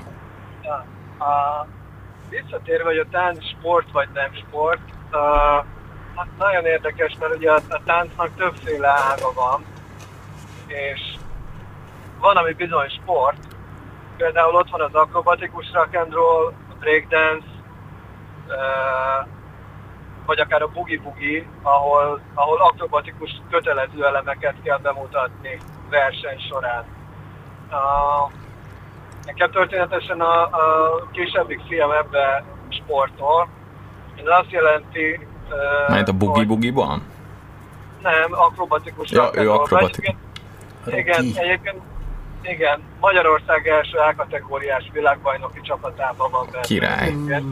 Visszatérve, hogy a tánc sport vagy nem sport, hát nagyon érdekes, mert ugye a táncnak többféle ága van, és van, ami bizony sport. Például ott van az akrobatikus rock and roll, a breakdance, vagy akár a boogie-boogie, ahol akrobatikus kötelező elemeket kell bemutatni verseny során. Nekem történetesen a kisebbik fiam ebbe sportol. Ez azt jelenti... Majd a boogie-boogie-ban? Nem, akrobatikus. Ja, ő akrobatikus. Igen, Magyarország első A-kategóriás világbajnoki csapatában van benne. Király.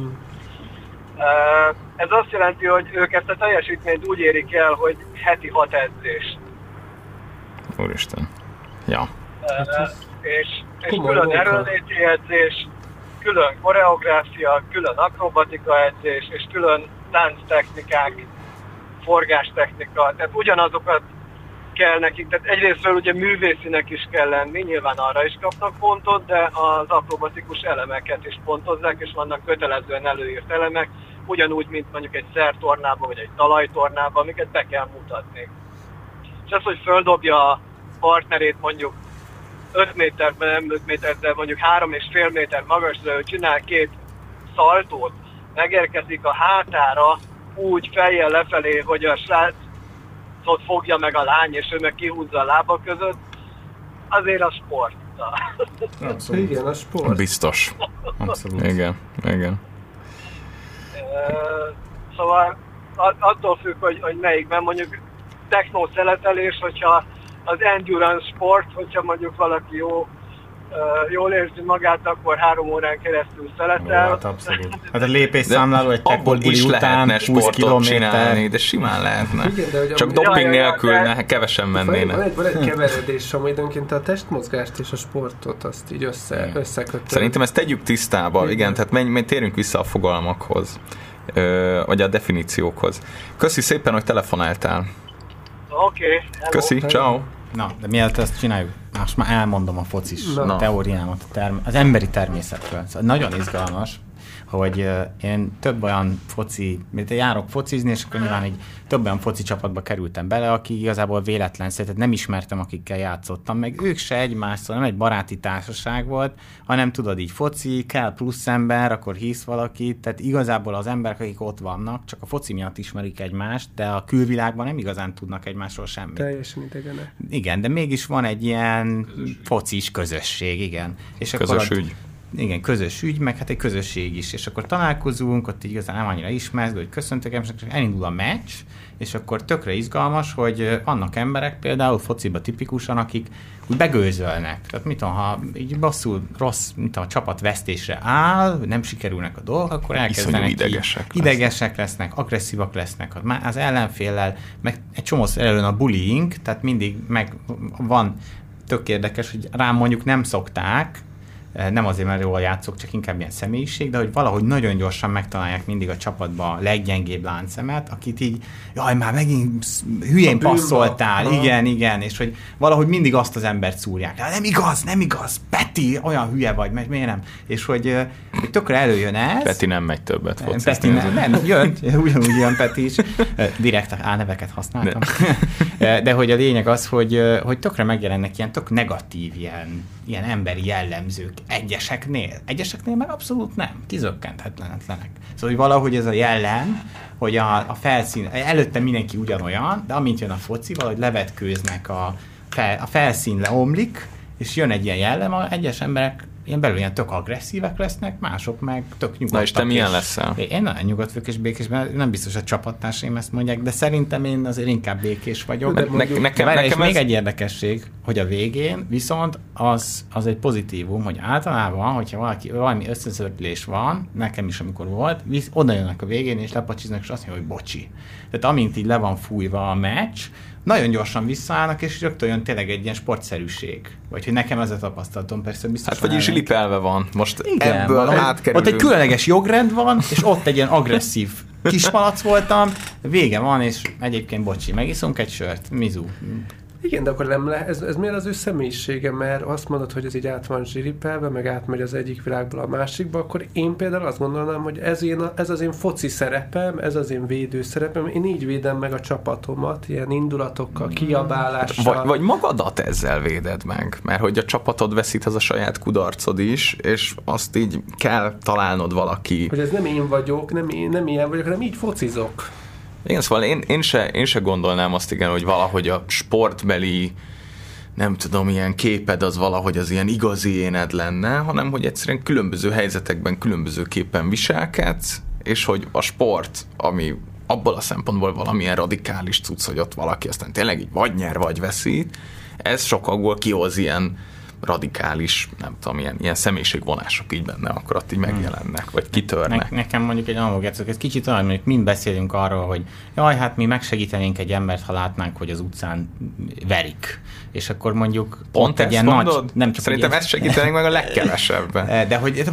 Ez azt jelenti, hogy ők ezt a teljesítményt úgy érik el, hogy heti 6 edzés. Úristen. Ja. És külön erőnléti edzés, külön koreográfia, külön akrobatika edzés, és külön tánctechnikák, forgástechnika. Tehát ugyanazokat kell nekik, tehát egyrésztről ugye művészinek is kell lenni, nyilván arra is kapnak pontot, de az akrobatikus elemeket is pontozzák, és vannak kötelezően előírt elemek, ugyanúgy, mint mondjuk egy szertornában, vagy egy talajtornában, amiket be kell mutatni. És az, hogy földobja a partnerét mondjuk 5 méterben, nem 5 méter, de mondjuk 3,5 méter magasra, ő csinál 2 szaltót, megérkezik a hátára úgy fejjel lefelé, hogy a srácot fogja meg a lány, és ő meg kihúzza a lábak között, azért a sport. Abszolút. Igen, a sport. Biztos. Abszolút. Igen. Szóval attól függ, hogy melyikben, mondjuk techno szeletelés, hogyha az endurance sport, hogyha mondjuk valaki jó jól érzi magát, akkor 3 órán keresztül szeletel. Hát abszolút. Hát a lépésszámláló egy tekboli után 20 km csinálni, de simán lehetne. Igen, csak doping nélkül kevesen mennének. Van egy keveredés, ami időnként a testmozgást és a sportot azt így összekötő. Szerintem ezt tegyük tisztába, igen, tehát térjünk vissza a fogalmakhoz, vagy a definíciókhoz. Köszi szépen, hogy telefonáltál. Oké. Köszi, ciao. Na, de mielőtt ezt csináljuk, most már elmondom a focis teóriámat, az emberi természetről. Szóval nagyon izgalmas, hogy én több olyan járok focizni, és akkor nyilván egy több olyan foci csapatba kerültem bele, akik igazából véletlenszerű, tehát nem ismertem, akikkel játszottam, meg ők se egymást, szóval nem egy baráti társaság volt, hanem tudod így foci, kell plusz ember, akkor hisz valakit, tehát igazából az emberek, akik ott vannak, csak a foci miatt ismerik egymást, de a külvilágban nem igazán tudnak egymásról semmit. Teljesen idegenek. Igen, de mégis van egy ilyen focis közösség, igen. És közös ügy. Igen, közös ügy, meg hát egy közösség is. És akkor találkozunk, ott így igazán nem annyira ismersz, hogy köszöntök, és elindul a meccs, és akkor tökre izgalmas, hogy vannak emberek, például fociba tipikusan, akik úgy begőzölnek. Tehát mit tudom, ha így rossz, a csapat vesztésre áll, nem sikerülnek a dolgok, akkor elkezdenek idegesek lesznek, agresszívak lesznek az ellenféllel, meg egy csomószor előn a bullying, tehát mindig meg van, tök érdekes, hogy rám mondjuk nem szokták, nem azért, mert jól játszok, csak inkább ilyen személyiség, de hogy valahogy nagyon gyorsan megtalálják mindig a csapatba a leggyengébb láncemet, akit így, jaj, már megint hülyén passzoltál, igen, és hogy valahogy mindig azt az embert szúrják. Nem igaz, Peti, olyan hülye vagy, miért nem? És hogy tökre előjön ez. Peti nem megy többet focizni. Peti nem, jön, ugyanúgy jön Peti is. Direkt álneveket használtam. De hogy a lényeg az, hogy tökre megjelennek ilyen tök negatív, ilyen emberi jellemzők egyeseknél meg abszolút nem, kizökkenthetetlenek. Szóval hogy valahogy ez a jellem, hogy a felszín, előtte mindenki ugyanolyan, de amint jön a foci, valahogy levetkőznek, a felszín leomlik, és jön egy ilyen jellem, egyes emberek ilyen belül ilyen tök agresszívek lesznek, mások meg tök nyugodtak. Na és te milyen leszel? Én nagyon nyugodt vagyok és békés, mert nem biztos, hogy csapattársaim ezt mondják, de szerintem én azért inkább békés vagyok. És még egy érdekesség, hogy a végén viszont az egy pozitívum, hogy általában, hogyha valami összeszörülés van, nekem is amikor volt, oda jönnek a végén és lepacsiznak, és azt mondja, hogy bocsi. Tehát amint így le van fújva a meccs, nagyon gyorsan visszaállnak, és rögtön jön tényleg egy ilyen sportszerűség. Vagy hogy nekem ez a tapasztalatom, persze biztos. Hát vagy zsilipelve van. Most igen, ebből átkerülünk. Ott egy különleges jogrend van, és ott egy ilyen agresszív kismalac voltam, vége van, és egyébként bocsi, megiszunk egy sört, mizu. Igen, de akkor nem ez miért az ő személyisége, mert azt mondod, hogy ez így át van zsiripelve, meg átmegy az egyik világból a másikba, akkor én például azt gondolnám, hogy ez az én foci szerepem, ez az én védő szerepem, én így védem meg a csapatomat, ilyen indulatokkal, kiabálással. Vagy magadat ezzel véded meg, mert hogy a csapatod veszít, az a saját kudarcod is, és azt így kell találnod valaki. Hogy ez nem én vagyok, nem ilyen vagyok, hanem így focizok. Igen, szóval én se gondolnám azt, igen, hogy valahogy a sportbeli, nem tudom, ilyen képed az valahogy az ilyen igazi éned lenne, hanem hogy egyszerűen különböző helyzetekben különbözőképpen viselkedsz, és hogy a sport, ami abból a szempontból valamilyen radikális cucc, hogy ott valaki aztán tényleg így vagy nyer, vagy veszít, ez sokakból kihoz ilyen radikális, nem tudom, ilyen személyiségvonások így benne, akkor ott így megjelennek, vagy kitörnek. Nekem mondjuk egy analógiát, ez kicsit olyan, mondjuk mind beszélünk arról, hogy jaj, hát mi megsegítenénk egy embert, ha látnánk, hogy az utcán verik. És akkor mondjuk pont egy ilyen nagy... Nem csak szerintem ezt segítenénk meg a legkevesebben. De hogy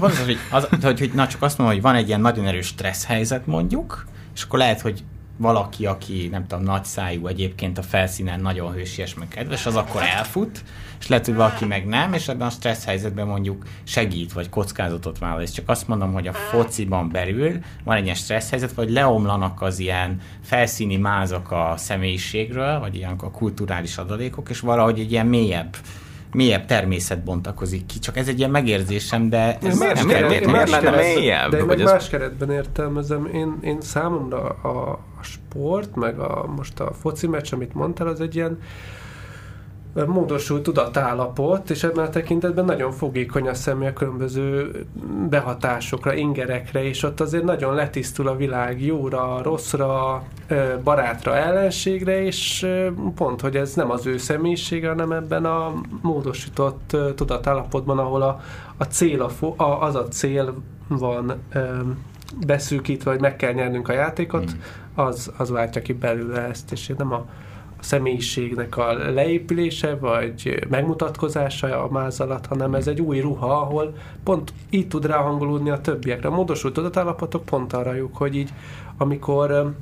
na, csak azt mondom, hogy van egy ilyen nagyon erős stressz helyzet mondjuk, és akkor lehet, hogy valaki, aki nem tudom, nagyszájú egyébként a felszínen nagyon hősies, meg kedves, az akkor elfut, és lehet, hogy valaki meg nem, és ebben a stressz helyzetben mondjuk segít, vagy kockázatot vállal. És csak azt mondom, hogy a fociban belül van egy ilyen stressz helyzet, vagy leomlanak az ilyen felszíni mázak a személyiségről, vagy ilyen a kulturális adalékok, és valahogy egy ilyen mélyebb természet bontakozik ki. Csak ez egy ilyen megérzésem, de... Miért lenne mélyebb? De én meg más keretben értelmezem. Én számomra a sport, meg most a foci meccs, amit mondtál, az egy ilyen módosult tudatállapot, és ebben a tekintetben nagyon fogékony a személy a különböző behatásokra, ingerekre, és ott azért nagyon letisztul a világ jóra, rosszra, barátra, ellenségre, és pont, hogy ez nem az ő személyisége, hanem ebben a módosított tudatállapotban, ahol a cél, az a cél van beszűkítve, hogy meg kell nyernünk a játékot, az váltja ki belőle ezt, és nem a személyiségnek a leépülése, vagy megmutatkozása a máz alatt, hanem ez egy új ruha, ahol pont így tud ráhangolódni a többiekre. A módosult tudatállapotok pont arra jók, hogy így, amikor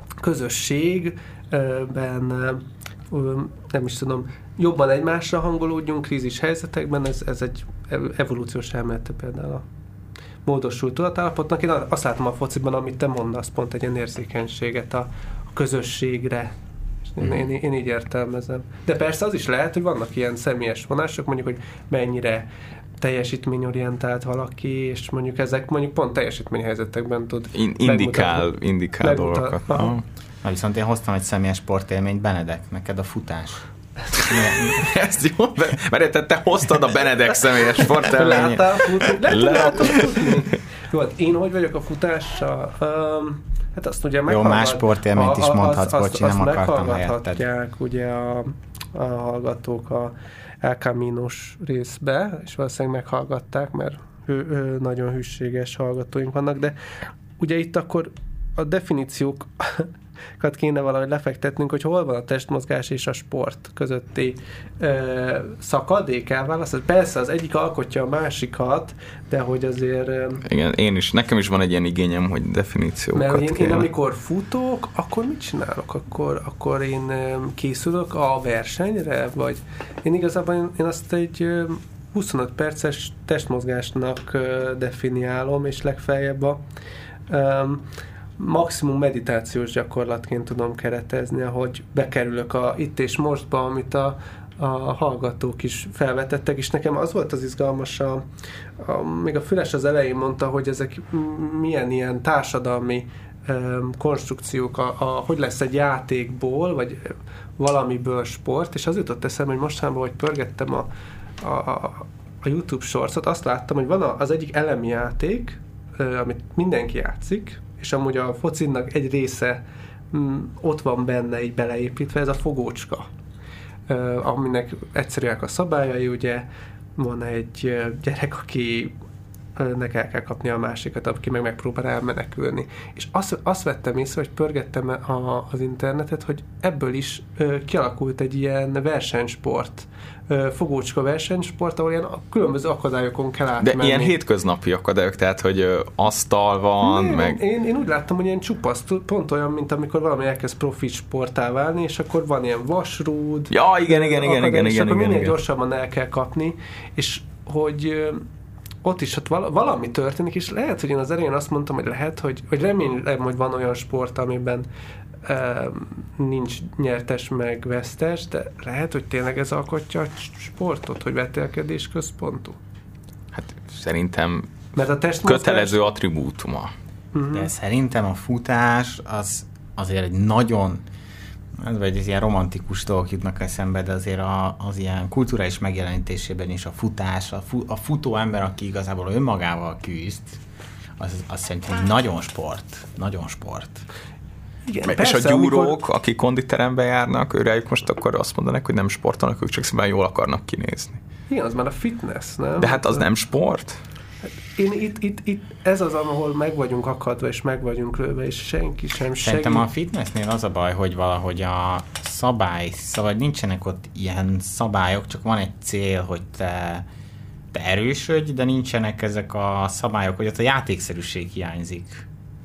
közösségben nem is tudom, jobban egymásra hangolódjunk krízis helyzetekben, ez egy evolúciós elmélete például a módosult tudatállapotnak. Én azt látom a fociban, amit te mondasz, pont egy ilyen érzékenységet a közösségre. Én így értelmezem. De persze az is lehet, hogy vannak ilyen személyes vonások, mondjuk, hogy mennyire teljesítményorientált valaki, és mondjuk ezek mondjuk pont teljesítményhelyzetekben tud indikál dolgokat. Na, viszont én hoztam egy személyes sportélményt, Benedek, neked a futás. Ez jó, mert te hoztad a Benedek személyes sportélményét. Láttál futni? Látod futni? Jó, én hogy vagyok a futással? Hát azt ugye jó, más sportélményt is mondhatsz, bocsi, nem akartam helyetted. Ugye a hallgatók a El Camino-s részbe, és valószínűleg meghallgatták, mert nagyon hűséges hallgatóink vannak, de ugye itt akkor a definíciókat kéne valahogy lefektetnünk, hogy hol van a testmozgás és a sport közötti szakadék, elválasztás. Persze az egyik alkotja a másikat, de hogy azért... Igen, nekem is van egy ilyen igényem, hogy definíciókat mert én amikor futok, akkor mit csinálok? Akkor én készülök a versenyre? Vagy én igazából én azt egy 25 perces testmozgásnak definiálom, és legfeljebb a maximum meditációs gyakorlatként tudom keretezni, ahogy bekerülök a itt és mostba, amit a hallgatók is felvetettek, és nekem az volt az izgalmas, még a Füles az elején mondta, hogy ezek milyen ilyen társadalmi konstrukciók, hogy lesz egy játékból, vagy valamiből sport, és az jutott eszembe, hogy mostanában, hogy pörgettem a YouTube Shorts-ot, azt láttam, hogy van az egyik elemi játék, amit mindenki játszik, és amúgy a focinnak egy része ott van benne így beleépítve, ez a fogócska, aminek egyszerűek a szabályai, ugye van egy gyerek, akinek el kell kapni a másikat, aki meg megpróbál elmenekülni. És azt vettem észre, hogy pörgettem az internetet, hogy ebből is kialakult egy ilyen versenysport, fogócska versenysport, ahol ilyen különböző akadályokon kell átmenni. De ilyen hétköznapi akadályok, tehát, hogy asztal van, meg... Én úgy láttam, hogy ilyen csupasz, pont olyan, mint amikor valami elkezd profi sporttá válni, és akkor van ilyen vasrúd. Ja, igen. És akkor minél gyorsabban el kell kapni, és hogy ott is valami történik, és lehet, hogy én az elején azt mondtam, hogy lehet, hogy remélem, hogy van olyan sport, amiben nincs nyertes meg vesztes, de lehet, hogy tényleg ez alkotja a sportot, hogy vetélkedés központú? Hát szerintem mert a kötelező attribútuma. De szerintem a futás az azért egy nagyon, vagy ez ilyen romantikus dolgok jutnak eszembe, de azért az ilyen kulturális megjelenítésében is a futás, a futó ember, aki igazából önmagával küzd, az szerintem nagyon sport. Igen, és persze, a gyúrók, akik konditerembe járnak, őrájuk most akkor azt mondanak, hogy nem sportolnak, ők csak szépen jól akarnak kinézni. Igen, az már a fitness, nem? De hát az nem sport? Én itt ez az, ahol meg vagyunk akadva, és meg vagyunk lőve, és senki sem segít. Szerintem a fitnessnél az a baj, hogy valahogy a szóval nincsenek ott ilyen szabályok, csak van egy cél, hogy te erősödj, de nincsenek ezek a szabályok, hogy ott a játékszerűség hiányzik.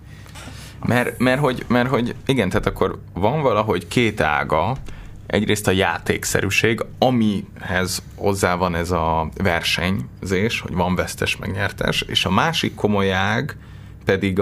Mert hogy igen, tehát akkor van valahogy két ága, egyrészt a játékszerűség, amihez hozzá van ez a versenyzés, hogy van vesztes meg nyertes, és a másik komoly ág pedig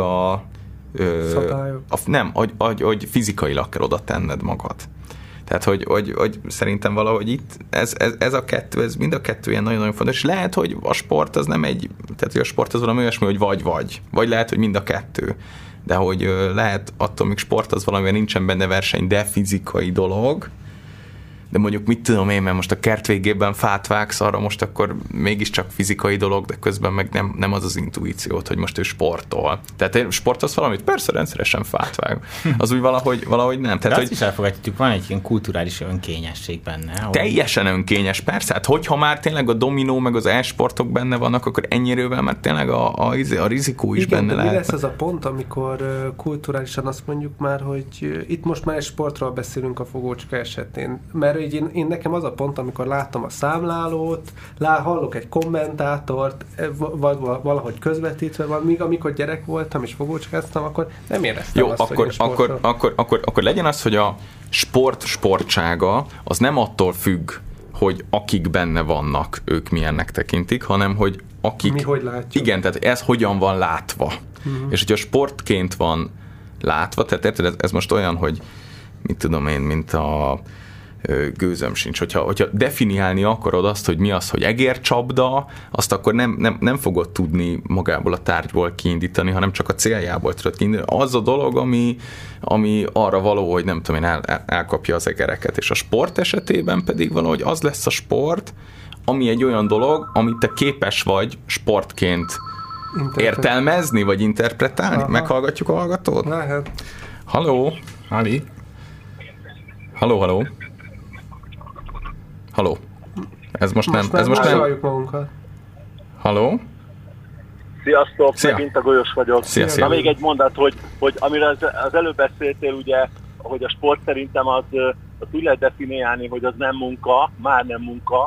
hogy fizikailag kell oda tenned magad. Tehát, hogy szerintem valahogy itt ez a kettő, ez mind a kettő ilyen nagyon-nagyon fontos, és lehet, hogy a sport az nem tehát hogy a sport az valami olyasmi, hogy vagy lehet, hogy mind a kettő. De hogy lehet attól, míg sport az valamivel nincsen benne verseny, de fizikai dolog, de mondjuk mit tudom én, mert most a kert végében fát vágsz, arra most akkor mégiscsak fizikai dolog, de közben meg nem az intuíciót, hogy most ő sportol. Tehát én sportolsz valamit? Persze, rendszeresen fát vág. Az úgy valahogy nem. Tehát, de azt is elfogadjuk, van egy ilyen kulturális önkényesség benne. Ahol... Teljesen önkényes, persze. Hát hogyha már tényleg a dominó meg az e-sportok benne vannak, akkor ennyire már tényleg a rizikó is benne lehet. Mi lesz az a pont, amikor kulturálisan azt mondjuk már, hogy itt most már egy sportról beszélünk a fogócska esetén. Mert én nekem az a pont, amikor láttam a számlálót, hallok egy kommentátort, valahogy közvetítve van, míg amikor gyerek voltam és fogócskáztam, akkor nem éreztem azt, hogy akkor legyen az, hogy a sportsága az nem attól függ, hogy akik benne vannak, ők milyennek tekintik, hanem hogy akik... Mi hogy látjuk. Igen, tehát ez hogyan van látva. És hogyha sportként van látva, tehát érted, ez most olyan, hogy mit tudom én, mint a gőzöm sincs. Hogyha definiálni akarod azt, hogy mi az, hogy egércsapda, azt akkor nem fogod tudni magából a tárgyból kiindítani, hanem csak a céljából tudod kiindítani. Az a dolog, ami arra való, hogy nem tudom én, elkapja az egereket. És a sport esetében pedig valahogy az lesz a sport, ami egy olyan dolog, amit te képes vagy sportként értelmezni, vagy interpretálni. Aha. Meghallgatjuk a hallgatót? Lehet. Halló? Ali? Halló? Halló. Ez most nem. Halljuk magunkat. Halló? Sziasztok, Szia. Megint a Golyos vagyok. Szia. Na még egy mondat, hogy amiről az előbb beszéltél, ugye, hogy a sport szerintem az úgy lehet definiálni, hogy az nem munka, már nem munka,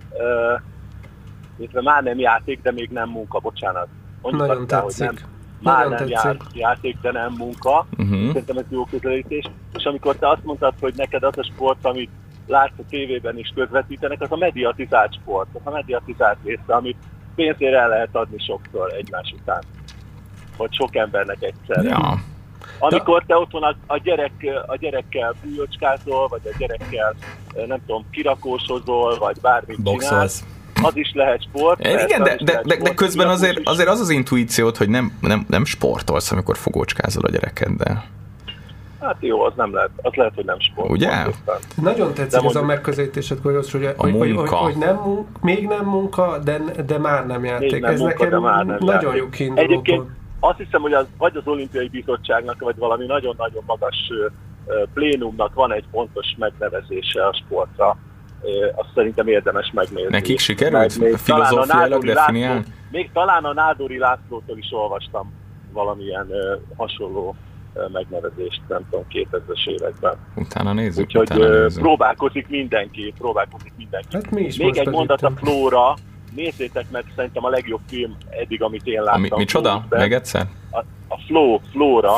illetve már nem játék, de még nem munka, bocsánat. Nagyon tetszik. Hogy már nem játék, de nem munka. Szerintem ez jó közelítés. És amikor te azt mondtad, hogy neked az a sport, amit látsz a tévében is közvetítenek, az a mediatizált sport, az a mediatizált része, amit pénzért el lehet adni sokszor egymás után. Vagy sok embernek egyszerre. Ja. Amikor te ott van a gyerekkel bújócskázol, vagy a gyerekkel, nem tudom, kirakósozol, vagy bármit csinálsz, az is lehet sport. Igen, de közben azért az intuíciót, hogy nem sportolsz, amikor fogócskázol a gyerekeddel. Hát jó, az nem lehet. Az lehet, hogy nem sport. Ugye? Nagyon tetszik ez a megközelítésed, hogy még nem munka, de már nem játék. Ez nekem nagyon jó kiinduló. Egyébként azt hiszem, hogy vagy az Olimpiai Bizottságnak, vagy valami nagyon-nagyon magas plénumnak van egy pontos megnevezése a sportra. Azt szerintem érdemes megnézni. Nekik sikerült filozófiailag definiálni? Még talán a Nádori Lászlótól is olvastam valamilyen hasonló megnevezést, nem tudom, 2000-es években. Utána nézzük. Úgyhogy próbálkozik mindenki. Hát mi is még egy mondat a Flóra, nézzétek meg, szerintem a legjobb film eddig, amit én láttam. Micsoda? Meg egyszer? A Flóra.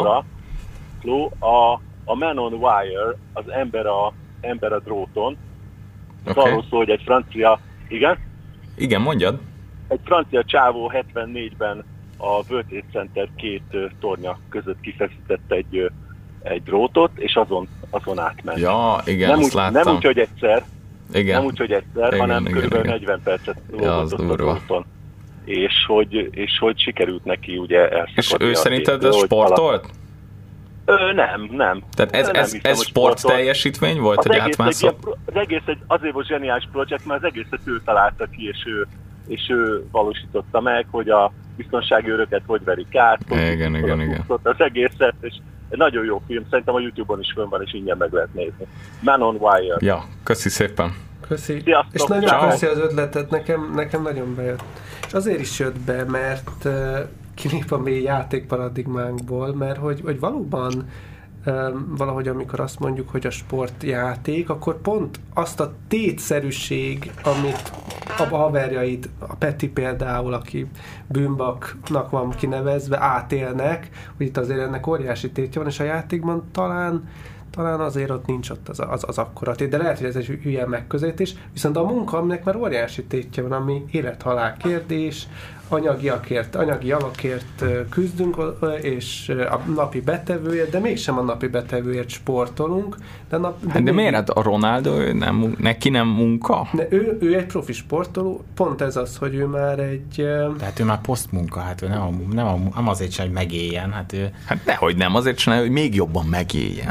Flow, a Man on Wire, az ember a dróton. Okay. Arról szól, hogy egy francia... Igen? Igen, mondjad. Egy francia csávó 74-ben a World Trade Center két tornya között kifeszített egy drótot, és azon átment. Ja, igen, azt láttam. Nem úgy, hogy egyszer, igen. hanem kb. 40 percet lógott a dróton. És hogy sikerült neki ugye elszakadni. És ő szerinted ez sportolt? Nem. Tehát ez sport teljesítmény volt, hogy átmászott? Az egész azért volt zseniális projekt, mert az egészet ő találta ki, és ő valósította meg, hogy a biztonsági őröket hogy verik át. Igen. Az egészet, és egy nagyon jó film, szerintem a YouTube-on is fönn van, és ingyen meg lehet nézni. Man on Wire. Ja, köszi szépen. Köszi. Sziasztok. És nagyon köszi az ötletet, nekem nagyon bejött. És azért is jött be, mert kilép a mély játékparadigmánkból, mert hogy valóban valahogy amikor azt mondjuk, hogy a sportjáték, akkor pont azt a tétszerűség, amit a haverjaid, a Peti például, aki bűnbaknak van kinevezve, átélnek, hogy itt azért ennek óriási tétje van, és a játékban talán azért ott nincs ott az akkora tét, de lehet, hogy ez egy hülye megközelítés, viszont a munka, aminek már óriási tétje van, ami élet-halál kérdés, anyagi javakért küzdünk, és a napi betevőért, de mégsem a napi betevőért sportolunk. De miért? A Ronaldo, neki nem munka? De ő egy profi sportoló, pont ez az, hogy ő már egy... Tehát ő már posztmunka, hát ő nem azért csinál, hogy megéljen. Hát dehogy nem, azért csinálja, hogy még jobban megéljen. Dehogy is,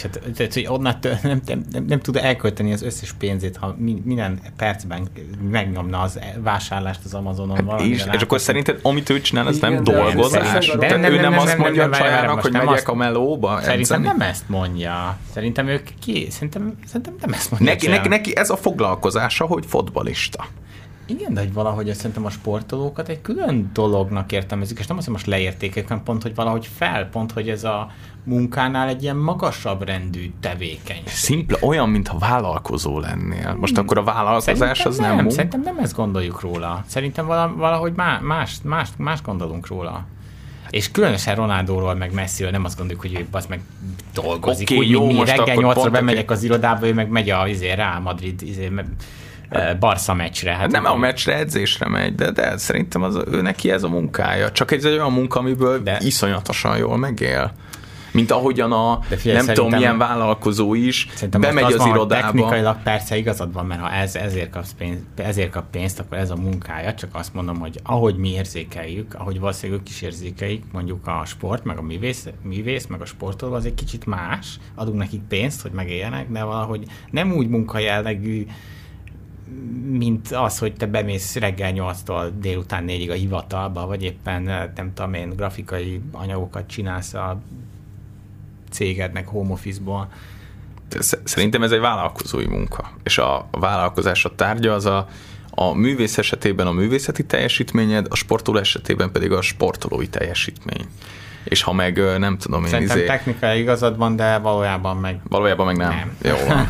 is. Hát, onnantól nem tud elkölteni az összes pénzét, ha minden percben megnyomna az vásárlást az Amazonon. Hát és akkor szerinted, amit ő csinál, az nem dolgozás? Ő nem azt mondja a csajának, hogy megyek a melóba? Szerintem nem ezt mondja. Szerintem ők Szerintem nem ezt mondja. Neki ez a foglalkozása, hogy fotbalista. Igen, de hogy valahogy szerintem a sportolókat egy külön dolognak értelmezik, és nem azt, hogy most leértékelik, hanem pont, hogy valahogy pont, hogy ez a munkánál egy ilyen magasabb rendű tevékenység. Szimpla, olyan, mintha vállalkozó lennél. Most akkor a vállalkozás szerintem az nem Szerintem nem ezt gondoljuk róla. Szerintem valahogy más gondolunk róla. És különösen Ronaldóról, meg Messiről nem azt gondoljuk, hogy ő az meg dolgozik. Okay, jó, mi most reggel 8-ra bemegyek az irodába, ő meg megy a Real Madrid Barca meccsre. Hát nem a meccsre, edzésre megy, de szerintem ő neki ez a munkája. Csak egy olyan munka, amiből iszonyatosan jól megél. Mint ahogyan nem tudom milyen vállalkozó is bemegy az irodába. Technikailag persze igazad van, mert ha ezért kap pénzt, akkor ez a munkája. Csak azt mondom, hogy ahogy mi érzékeljük, ahogy valószínűleg ők is érzékeljük, mondjuk a sport, meg a művész, meg a sportoló, az egy kicsit más. Adunk nekik pénzt, hogy megéljenek, de valahogy nem úgy munkajellegű, mint az, hogy te bemész reggel 8-tól délután 4-ig a hivatalba, vagy éppen nem tudom én, grafikai anyagokat csinálsz a cégednek home office-ból. Szerintem ez egy vállalkozói munka. És a vállalkozás a tárgya az a művész esetében a művészeti teljesítményed, a sportoló esetében pedig a sportolói teljesítmény. És ha meg nem tudom én... Szerintem technikai igazad van, de valójában meg... Valójában meg nem. Jó van.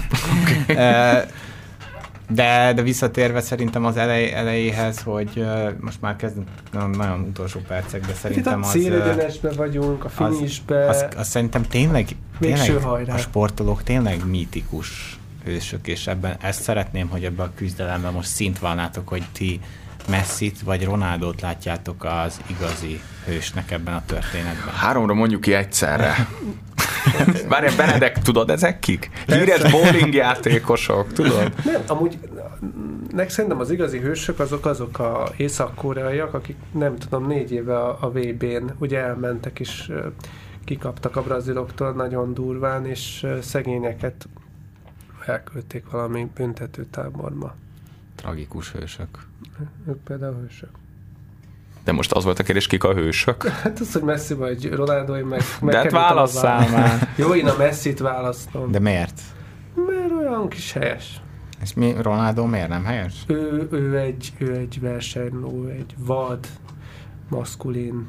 De visszatérve szerintem az elejéhez, hogy most már kezdünk nagyon utolsó percek, de szerintem az... Itt a célegyenesbe vagyunk, a finishbe... Az szerintem tényleg a sportolók tényleg mítikus hősök, és ebben ezt szeretném, hogy ebben a küzdelemben most szintvalnátok, hogy ti Messit vagy Ronaldót látjátok az igazi hősnek ebben a történetben. 3-ra mondjuk ki egyszerre. Várjál, Benedek, tudod ezek kik? Híres bowling játékosok, tudod? Nem, amúgy szerintem az igazi hősök azok a észak-koreaiak, akik nem tudom, 4 éve a VB-n ugye elmentek és kikaptak a braziloktól nagyon durván, és szegényeket elküldték valami büntetőtáborba. Tragikus hősök. Ők például hősök. De most az volt a kérdés, kik a hősök? Hát az, hogy Messi vagy Ronaldo, én meg de hát válasszál már. Jó, én a Messit választom. De miért? Mert olyan kis helyes. És Ronaldo miért nem helyes? Ő egy versenyló, egy vad, maszkulin,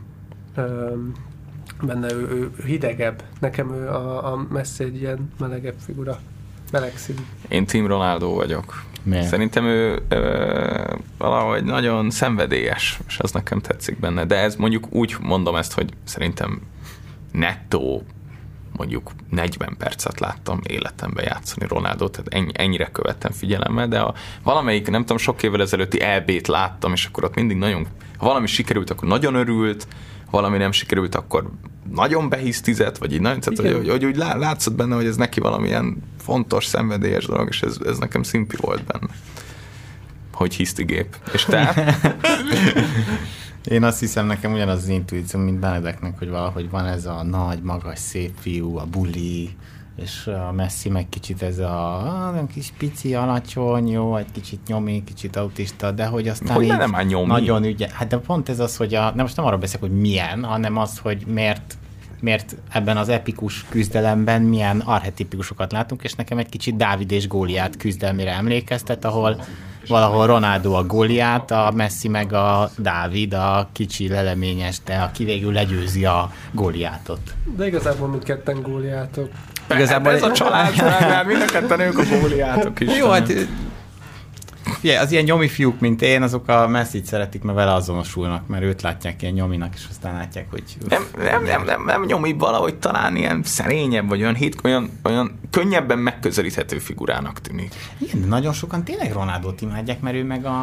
benne ő hidegebb. Nekem ő a Messi egy ilyen melegebb figura. Melegszínű. Én Team Ronaldo vagyok. Miért? Szerintem ő valahogy nagyon szenvedélyes, és az nekem tetszik benne. De ez mondjuk úgy mondom ezt, hogy szerintem nettó mondjuk 40 percet láttam életemben játszani Ronaldót, tehát ennyire követtem figyelemmel, de valamelyik, nem tudom, sok évvel ezelőtti EB-t láttam, és akkor ott mindig nagyon, ha valami sikerült, akkor nagyon örült, valami nem sikerült, akkor nagyon behisztizett, vagy így nagyon, tehát, hogy úgy látszott benne, hogy ez neki valamilyen fontos, szenvedélyes dolog, és ez nekem szimpi volt benne. Hogy hisztigép. És te? Én azt hiszem, nekem ugyanaz az intuíció, mint Benedeknek, hogy valahogy van ez a nagy, magas, szép fiú, a buli, és a Messi meg kicsit ez a kis pici, alacsony, jó, egy kicsit nyomi, kicsit autista, de hogy aztán hogy nem már nyomi? Nagyon ügye. Hát de pont ez az, hogy most nem arra beszélek, hogy milyen, hanem az, hogy miért ebben az epikus küzdelemben milyen archetipikusokat látunk, és nekem egy kicsit Dávid és Góliát küzdelmére emlékeztet, ahol valahol Ronaldo a Góliát, a Messi meg a Dávid, a kicsi leleményes, de aki végül legyőzi a Góliátot. De igazából mindketten Góliátok. Igazából ez a család, mert mind a ketten ők a Góliátok is. Jó, hát az ilyen nyomi fiúk, mint én, azok a Messit szeretik, mert vele azonosulnak, mert őt látják ilyen nyominak, és aztán látják, hogy... Nem nyomi, valahogy talán ilyen szerényebb, vagy olyan könnyebben megközelíthető figurának tűnik. Igen, de nagyon sokan tényleg Ronaldót imádják, mert ő meg a...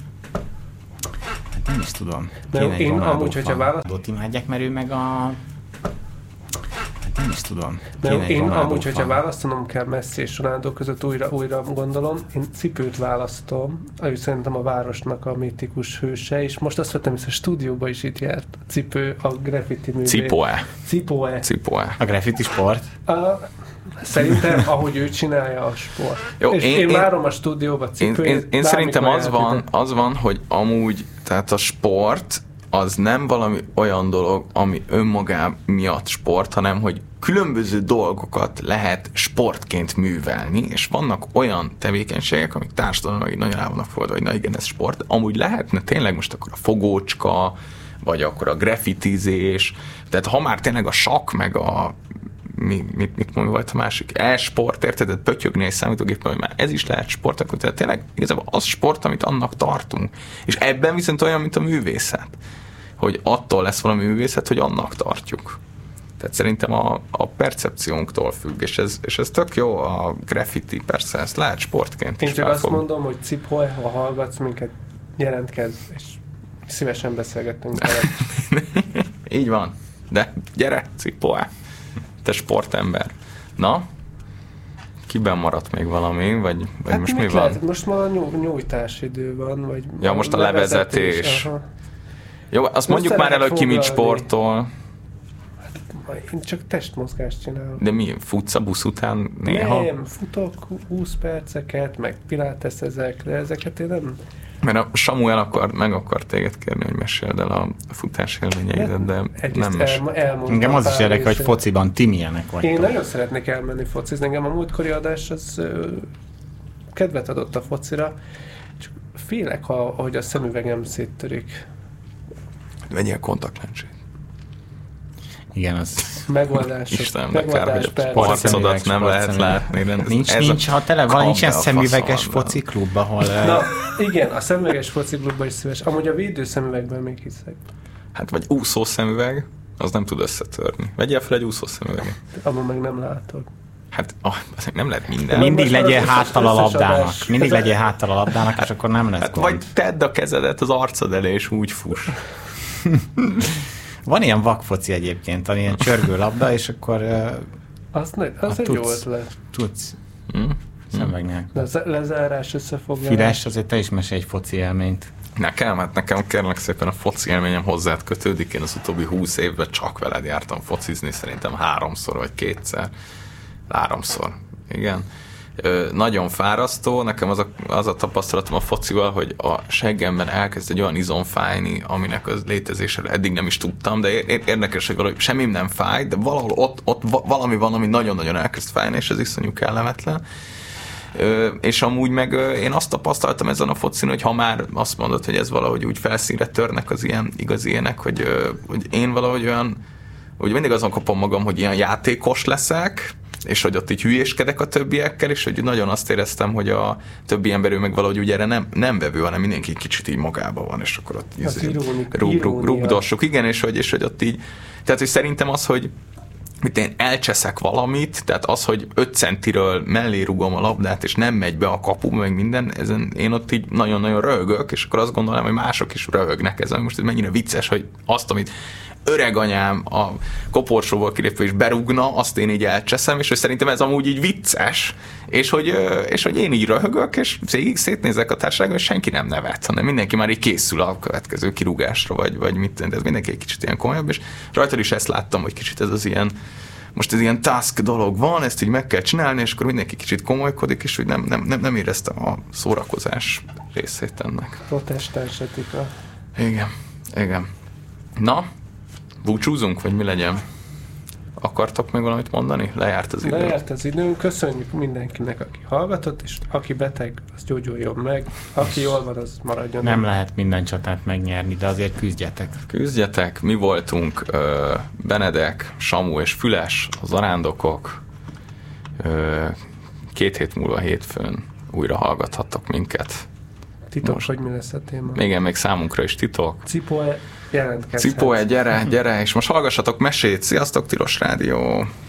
Hát nem is tudom. Én amúgy, hogyha Ronaldót imádják, mert ő meg a... Nem is tudom. Én amúgy, hogyha választanom kell Messi és Ronaldo között, újra gondolom, én Cipőt választom, ő szerintem a városnak a mítikus hőse, és most azt vettem, hogy a stúdióban is itt járt. Cipő, a graffiti művész. Cipoe. A graffiti sport? Szerintem, ahogy ő csinálja a sport. Jó, és én várom a stúdióba cipőjét. Én szerintem az van, hogy amúgy, tehát a sport az nem valami olyan dolog, ami önmagá miatt sport, hanem hogy különböző dolgokat lehet sportként művelni, és vannak olyan tevékenységek, amik társadalomban nagyon el vannak fogadva, hogy na igen, ez sport. Amúgy lehetne tényleg most akkor a fogócska, vagy akkor a graffitizés, tehát ha már tényleg a sakk, meg a mit volt a másik? E-sport, érted? Tehát pötyögni egy számítógépen, hogy már ez is lehet sport, akkor tehát tényleg igazából az sport, amit annak tartunk. És ebben viszont olyan, mint a művészet. Hogy attól lesz valami művészet, hogy annak tartjuk. Tehát szerintem a percepciónktól függ, és ez tök jó, a graffiti, persze, ezt lehet sportként is. Én csak azt mondom, hogy Cipoly, ha hallgatsz minket, jelentkezz, és szívesen beszélgetünk vele. Így van. De gyere, Cipoly, te sportember. Na? Kiben maradt még valami? Vagy hát most mi van? Lehet? Most már a nyújtásidő van, vagy ja, most a levezetés. Jó, azt most mondjuk már el, hogy ki mit sportol. Én csak testmozgást csinálok. De mi? Futsz a busz után néha? Nem, futok 20 perceket, meg piláteszezek, de ezeket én nem... Mert a Samuel meg akar téged kérni, hogy meséld el a futás élményeidet, de nem is. Engem az is érdekel, hogy fociban ti milyenek vagytok. Én nagyon szeretnék elmenni focizni. Engem a múltkori adás az kedvet adott a focira, csak félek, hogy a szemüvegem széttörik. Vegyél kontaktlencsét. Igen, az... Megoldások. Istenemnek kár, hogy a arcodat nem lehet látni. Nincs, ha tele van, nincs ilyen szemüveges fociklub, ahol... Na, igen, a szemüveges fociklubban is szíves. Amúgy a védőszemüvegben még hiszek. Hát vagy úszó szemüveg, az nem tud összetörni. Vegyél fel egy úszó szemüveget. Amúgy meg nem látod. Hát nem lehet minden. Mindig legyen háttal a labdának. Mindig legyen háttal a labdának, és akkor nem lesz hát gond. Vagy tedd a kezedet az arcod elé, és úgy fuss. Van ilyen vakfoci egyébként, van ilyen csörgő labda, és akkor... Az egy jó ötlet. Tudsz. Szemüvegnél. Lezárás, összefoglalás. Fires, azért te is mesélj egy foci élményt. Nekem kérlek szépen a foci élményem hozzád kötődik. Én az utóbbi 20 évben csak veled jártam focizni, szerintem 3-szor vagy 2-szer. 3-szor, igen. Nagyon fárasztó, nekem az a tapasztalatom a focival, hogy a seggemben elkezd egy olyan izom fájni, aminek az létezésére eddig nem is tudtam, de érdekes, hogy valahogy semmim nem fáj, de valahol ott valami van, ami nagyon-nagyon elkezd fájni, és ez iszonyú kellemetlen. És amúgy meg én azt tapasztaltam ezen a focin, hogy ha már azt mondod, hogy ez valahogy úgy felszínre törnek az ilyen igazi ilyenek, hogy én valahogy olyan, hogy mindig azon kapom magam, hogy ilyen játékos leszek, és hogy ott így hülyéskedek a többiekkel, és hogy nagyon azt éreztem, hogy a többi emberül meg valahogy úgy erre nem vevő, hanem mindenki kicsit így magában van, és akkor ott rugdossuk. Igen, és hogy ott így, tehát hogy szerintem az, hogy én elcseszek valamit, tehát az, hogy 5 centiről mellé rugom a labdát, és nem megy be a kapuba, meg minden, ezen én ott így nagyon-nagyon röhögök, és akkor azt gondolom, hogy mások is röhögnek ezen. Most ez mennyire vicces, hogy azt, amit öreg anyám a koporsóval kilépve is berúgna, azt én így elcseszem, és hogy szerintem ez amúgy így vicces, és hogy én így röhögök, és végig szétnézek a társaságon, és senki nem nevet, hanem mindenki már így készül a következő kirúgásra, vagy mit, de ez mindenki egy kicsit ilyen komolyabb, és rajtad is ezt láttam, hogy kicsit ez az ilyen, most ez ilyen task dolog van, ezt így meg kell csinálni, és akkor mindenki kicsit komolykodik, és hogy nem éreztem a szórakozás részét ennek. Protestáns etika. Igen. Na, búcsúzunk, vagy mi legyen? Akartok még valamit mondani? Lejárt az idő. Lejárt az idő. Köszönjük mindenkinek, aki hallgatott, és aki beteg, az gyógyuljon meg. Aki jól van, az maradjon. Nem lehet minden csatát megnyerni, de azért küzdjetek. Küzdjetek. Mi voltunk Benedek, Samu és Füles, a zarándokok. 2 hét múlva hétfőn újra hallgathattok minket. Titok, most, hogy mi lesz a téma. Igen, még számunkra is titok. Cipoly, jelentkezhet. Cipoly, gyere, és most hallgassatok mesét. Sziasztok, Tilos Rádió!